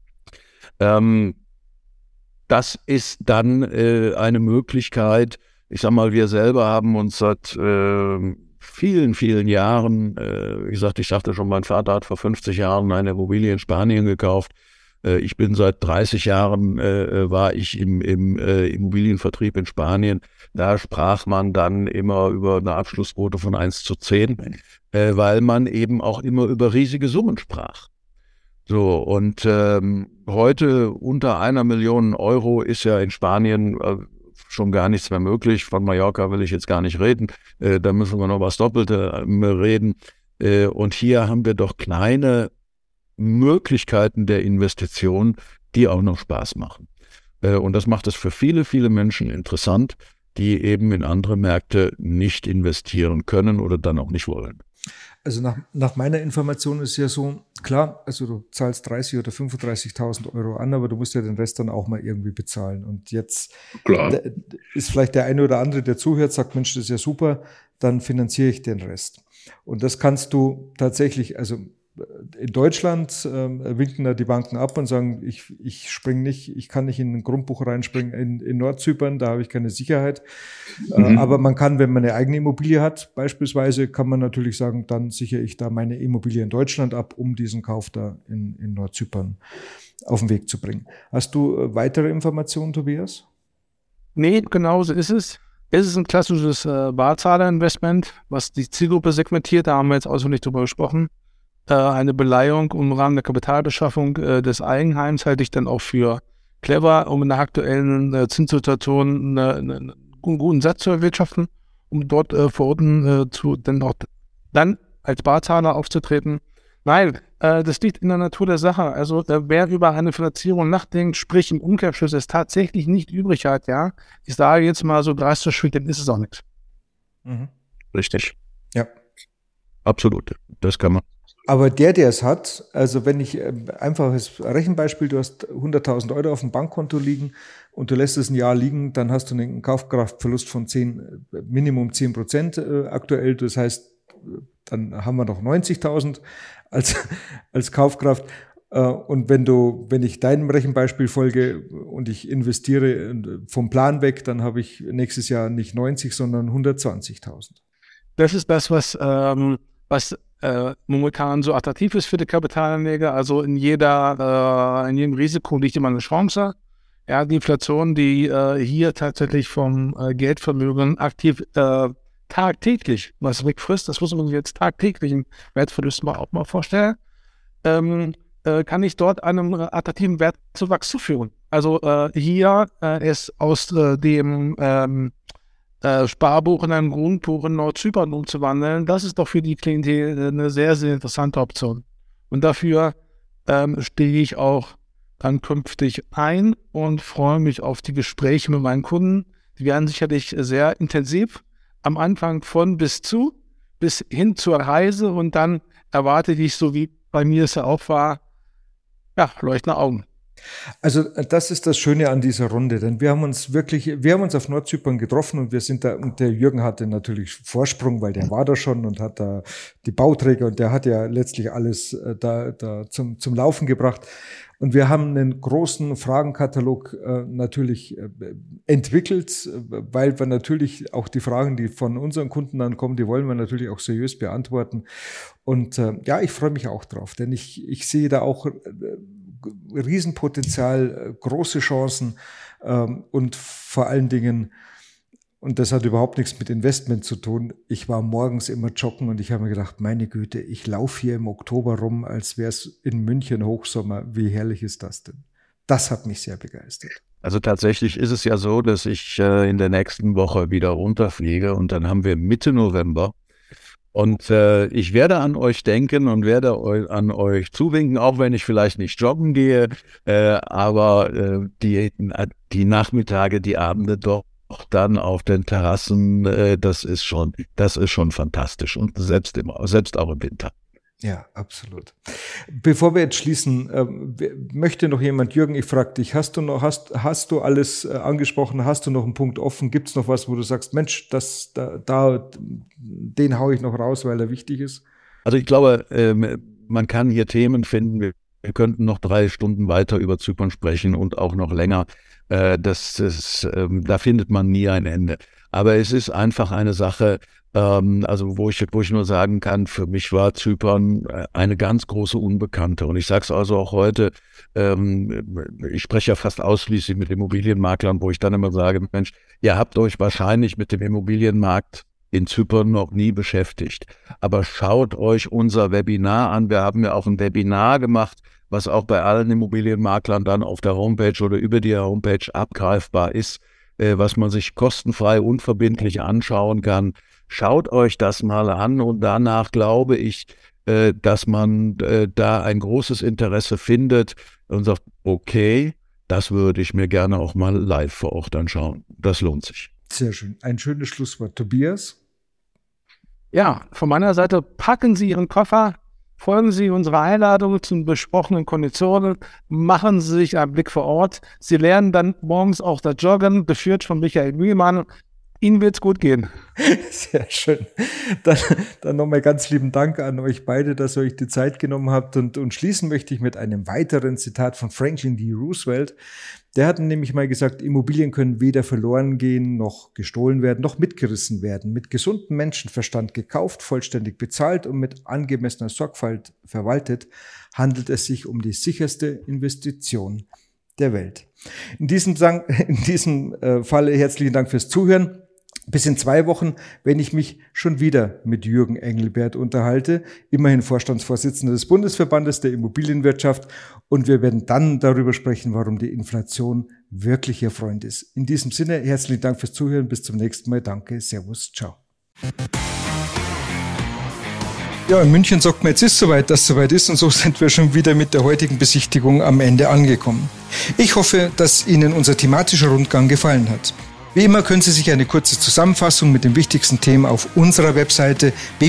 Das ist dann eine Möglichkeit. Ich sag mal, wir selber haben uns seit vielen, vielen Jahren, wie gesagt, ich sagte schon, mein Vater hat vor 50 Jahren eine Immobilie in Spanien gekauft. Ich bin seit 30 Jahren, war ich im Immobilienvertrieb in Spanien. Da sprach man dann immer über eine Abschlussquote von 1:10, weil man eben auch immer über riesige Summen sprach. So, und heute unter 1 Million Euro ist ja in Spanien schon gar nichts mehr möglich. Von Mallorca will ich jetzt gar nicht reden. Da müssen wir noch was Doppelte reden. Und hier haben wir doch kleine Möglichkeiten der Investition, die auch noch Spaß machen. Und das macht es für viele, viele Menschen interessant, die eben in andere Märkte nicht investieren können oder dann auch nicht wollen. Also nach meiner Information ist ja so, klar, also du zahlst 30.000 oder 35.000 Euro an, aber du musst ja den Rest dann auch mal irgendwie bezahlen. Und jetzt ist vielleicht der eine oder andere, der zuhört, sagt, Mensch, das ist ja super, dann finanziere ich den Rest. Und das kannst du tatsächlich, also in Deutschland winken da die Banken ab und sagen, ich springe nicht, ich kann nicht in ein Grundbuch reinspringen. In Nordzypern, da habe ich keine Sicherheit. Aber man kann, wenn man eine eigene Immobilie hat, beispielsweise, kann man natürlich sagen, dann sichere ich da meine Immobilie in Deutschland ab, um diesen Kauf da in Nordzypern auf den Weg zu bringen. Hast du weitere Informationen, Tobias? Nee, genau so ist es. Es ist ein klassisches Barzahlerinvestment, was die Zielgruppe segmentiert, da haben wir jetzt ausführlich drüber gesprochen. Eine Beleihung im Rahmen der Kapitalbeschaffung des Eigenheims halte ich dann auch für clever, um in der aktuellen Zinssituation einen guten Satz zu erwirtschaften, um dort vor Ort dann als Barzahler aufzutreten. Nein, das liegt in der Natur der Sache. Also wer über eine Finanzierung nachdenkt, sprich im Umkehrschluss es tatsächlich nicht übrig hat, ja, ich sage jetzt mal so drastisch, dann ist es auch nichts. Mhm. Richtig. Ja. Absolut. Das kann man. Aber der es hat, also wenn ich einfaches Rechenbeispiel, du hast 100.000 Euro auf dem Bankkonto liegen und du lässt es ein Jahr liegen, dann hast du einen Kaufkraftverlust von Minimum 10% aktuell. Das heißt, dann haben wir noch 90.000 als Kaufkraft. Und wenn ich deinem Rechenbeispiel folge und ich investiere vom Plan weg, dann habe ich nächstes Jahr nicht 90, sondern 120.000. Das ist das, was momentan so attraktiv ist für die Kapitalanleger. Also in jedem Risiko liegt immer eine Chance. Ja, die Inflation, die hier tatsächlich vom Geldvermögen aktiv tagtäglich was wegfrisst, das muss man sich jetzt tagtäglichen Wertverlust auch mal vorstellen, kann ich dort einem attraktiven Wertzuwachs zuführen. Also hier ist aus dem Sparbuch in ein Grundbuch in Nordzypern umzuwandeln, das ist doch für die Klientel eine sehr, sehr interessante Option. Und dafür stehe ich auch dann künftig ein und freue mich auf die Gespräche mit meinen Kunden. Die werden sicherlich sehr intensiv am Anfang bis hin zur Reise und dann erwarte ich, so wie bei mir es ja auch war, ja, leuchtende Augen. Also das ist das Schöne an dieser Runde, denn wir haben uns auf Nordzypern getroffen und wir sind da, und der Jürgen hatte natürlich Vorsprung, weil der war da schon und hat da die Bauträger und der hat ja letztlich alles da zum Laufen gebracht. Und wir haben einen großen Fragenkatalog natürlich entwickelt, weil wir natürlich auch die Fragen, die von unseren Kunden dann kommen, die wollen wir natürlich auch seriös beantworten. Und ja, ich freue mich auch drauf, denn ich sehe da auch Riesenpotenzial, große Chancen und vor allen Dingen, und das hat überhaupt nichts mit Investment zu tun, ich war morgens immer joggen und ich habe mir gedacht, meine Güte, ich laufe hier im Oktober rum, als wäre es in München Hochsommer. Wie herrlich ist das denn? Das hat mich sehr begeistert. Also tatsächlich ist es ja so, dass ich in der nächsten Woche wieder runterfliege und dann haben wir Mitte November. Und ich werde an euch denken und werde an euch zuwinken, auch wenn ich vielleicht nicht joggen gehe, aber die Nachmittage, die Abende doch dann auf den Terrassen, das ist schon fantastisch und selbst auch im Winter. Ja, absolut. Bevor wir jetzt schließen, möchte noch jemand, Jürgen, ich frage dich, hast du alles angesprochen, hast du noch einen Punkt offen, gibt es noch was, wo du sagst, Mensch, den haue ich noch raus, weil er wichtig ist? Also ich glaube, man kann hier Themen finden, wir könnten noch 3 Stunden weiter über Zypern sprechen und auch noch länger. Da findet man nie ein Ende. Aber es ist einfach eine Sache, also wo ich nur sagen kann, für mich war Zypern eine ganz große Unbekannte. Und ich sage es also auch heute, ich spreche ja fast ausschließlich mit Immobilienmaklern, wo ich dann immer sage, Mensch, ihr habt euch wahrscheinlich mit dem Immobilienmarkt in Zypern noch nie beschäftigt. Aber schaut euch unser Webinar an. Wir haben ja auch ein Webinar gemacht, was auch bei allen Immobilienmaklern dann auf der Homepage oder über die Homepage abgreifbar ist, was man sich kostenfrei, unverbindlich anschauen kann. Schaut euch das mal an und danach glaube ich, dass man da ein großes Interesse findet und sagt, okay, das würde ich mir gerne auch mal live vor Ort anschauen. Das lohnt sich. Sehr schön. Ein schönes Schlusswort. Tobias? Ja, von meiner Seite, packen Sie Ihren Koffer, folgen Sie unserer Einladung zu besprochenen Konditionen, machen Sie sich einen Blick vor Ort. Sie lernen dann morgens auch das Joggen, geführt von Michael Mühlmann. Ihnen wird's gut gehen. Sehr schön. Dann nochmal ganz lieben Dank an euch beide, dass ihr euch die Zeit genommen habt. Und schließen möchte ich mit einem weiteren Zitat von Franklin D. Roosevelt. Der hat nämlich mal gesagt, Immobilien können weder verloren gehen, noch gestohlen werden, noch mitgerissen werden. Mit gesundem Menschenverstand gekauft, vollständig bezahlt und mit angemessener Sorgfalt verwaltet, handelt es sich um die sicherste Investition der Welt. In diesem Falle herzlichen Dank fürs Zuhören. Bis in 2 Wochen, wenn ich mich schon wieder mit Jürgen Engelbert unterhalte, immerhin Vorstandsvorsitzender des Bundesverbandes der Immobilienwirtschaft. Und wir werden dann darüber sprechen, warum die Inflation wirklich ihr Freund ist. In diesem Sinne, herzlichen Dank fürs Zuhören. Bis zum nächsten Mal. Danke, Servus, ciao. Ja, in München sagt man, jetzt ist soweit, dass soweit ist, und so sind wir schon wieder mit der heutigen Besichtigung am Ende angekommen. Ich hoffe, dass Ihnen unser thematischer Rundgang gefallen hat. Wie immer können Sie sich eine kurze Zusammenfassung mit den wichtigsten Themen auf unserer Webseite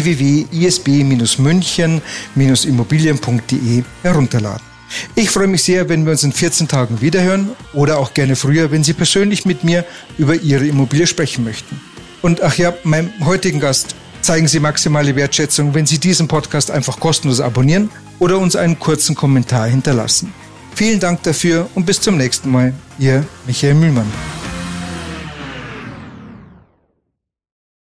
www.isb-münchen-immobilien.de herunterladen. Ich freue mich sehr, wenn wir uns in 14 Tagen wiederhören oder auch gerne früher, wenn Sie persönlich mit mir über Ihre Immobilie sprechen möchten. Und ach ja, meinem heutigen Gast zeigen Sie maximale Wertschätzung, wenn Sie diesen Podcast einfach kostenlos abonnieren oder uns einen kurzen Kommentar hinterlassen. Vielen Dank dafür und bis zum nächsten Mal. Ihr Michael Mühlmann.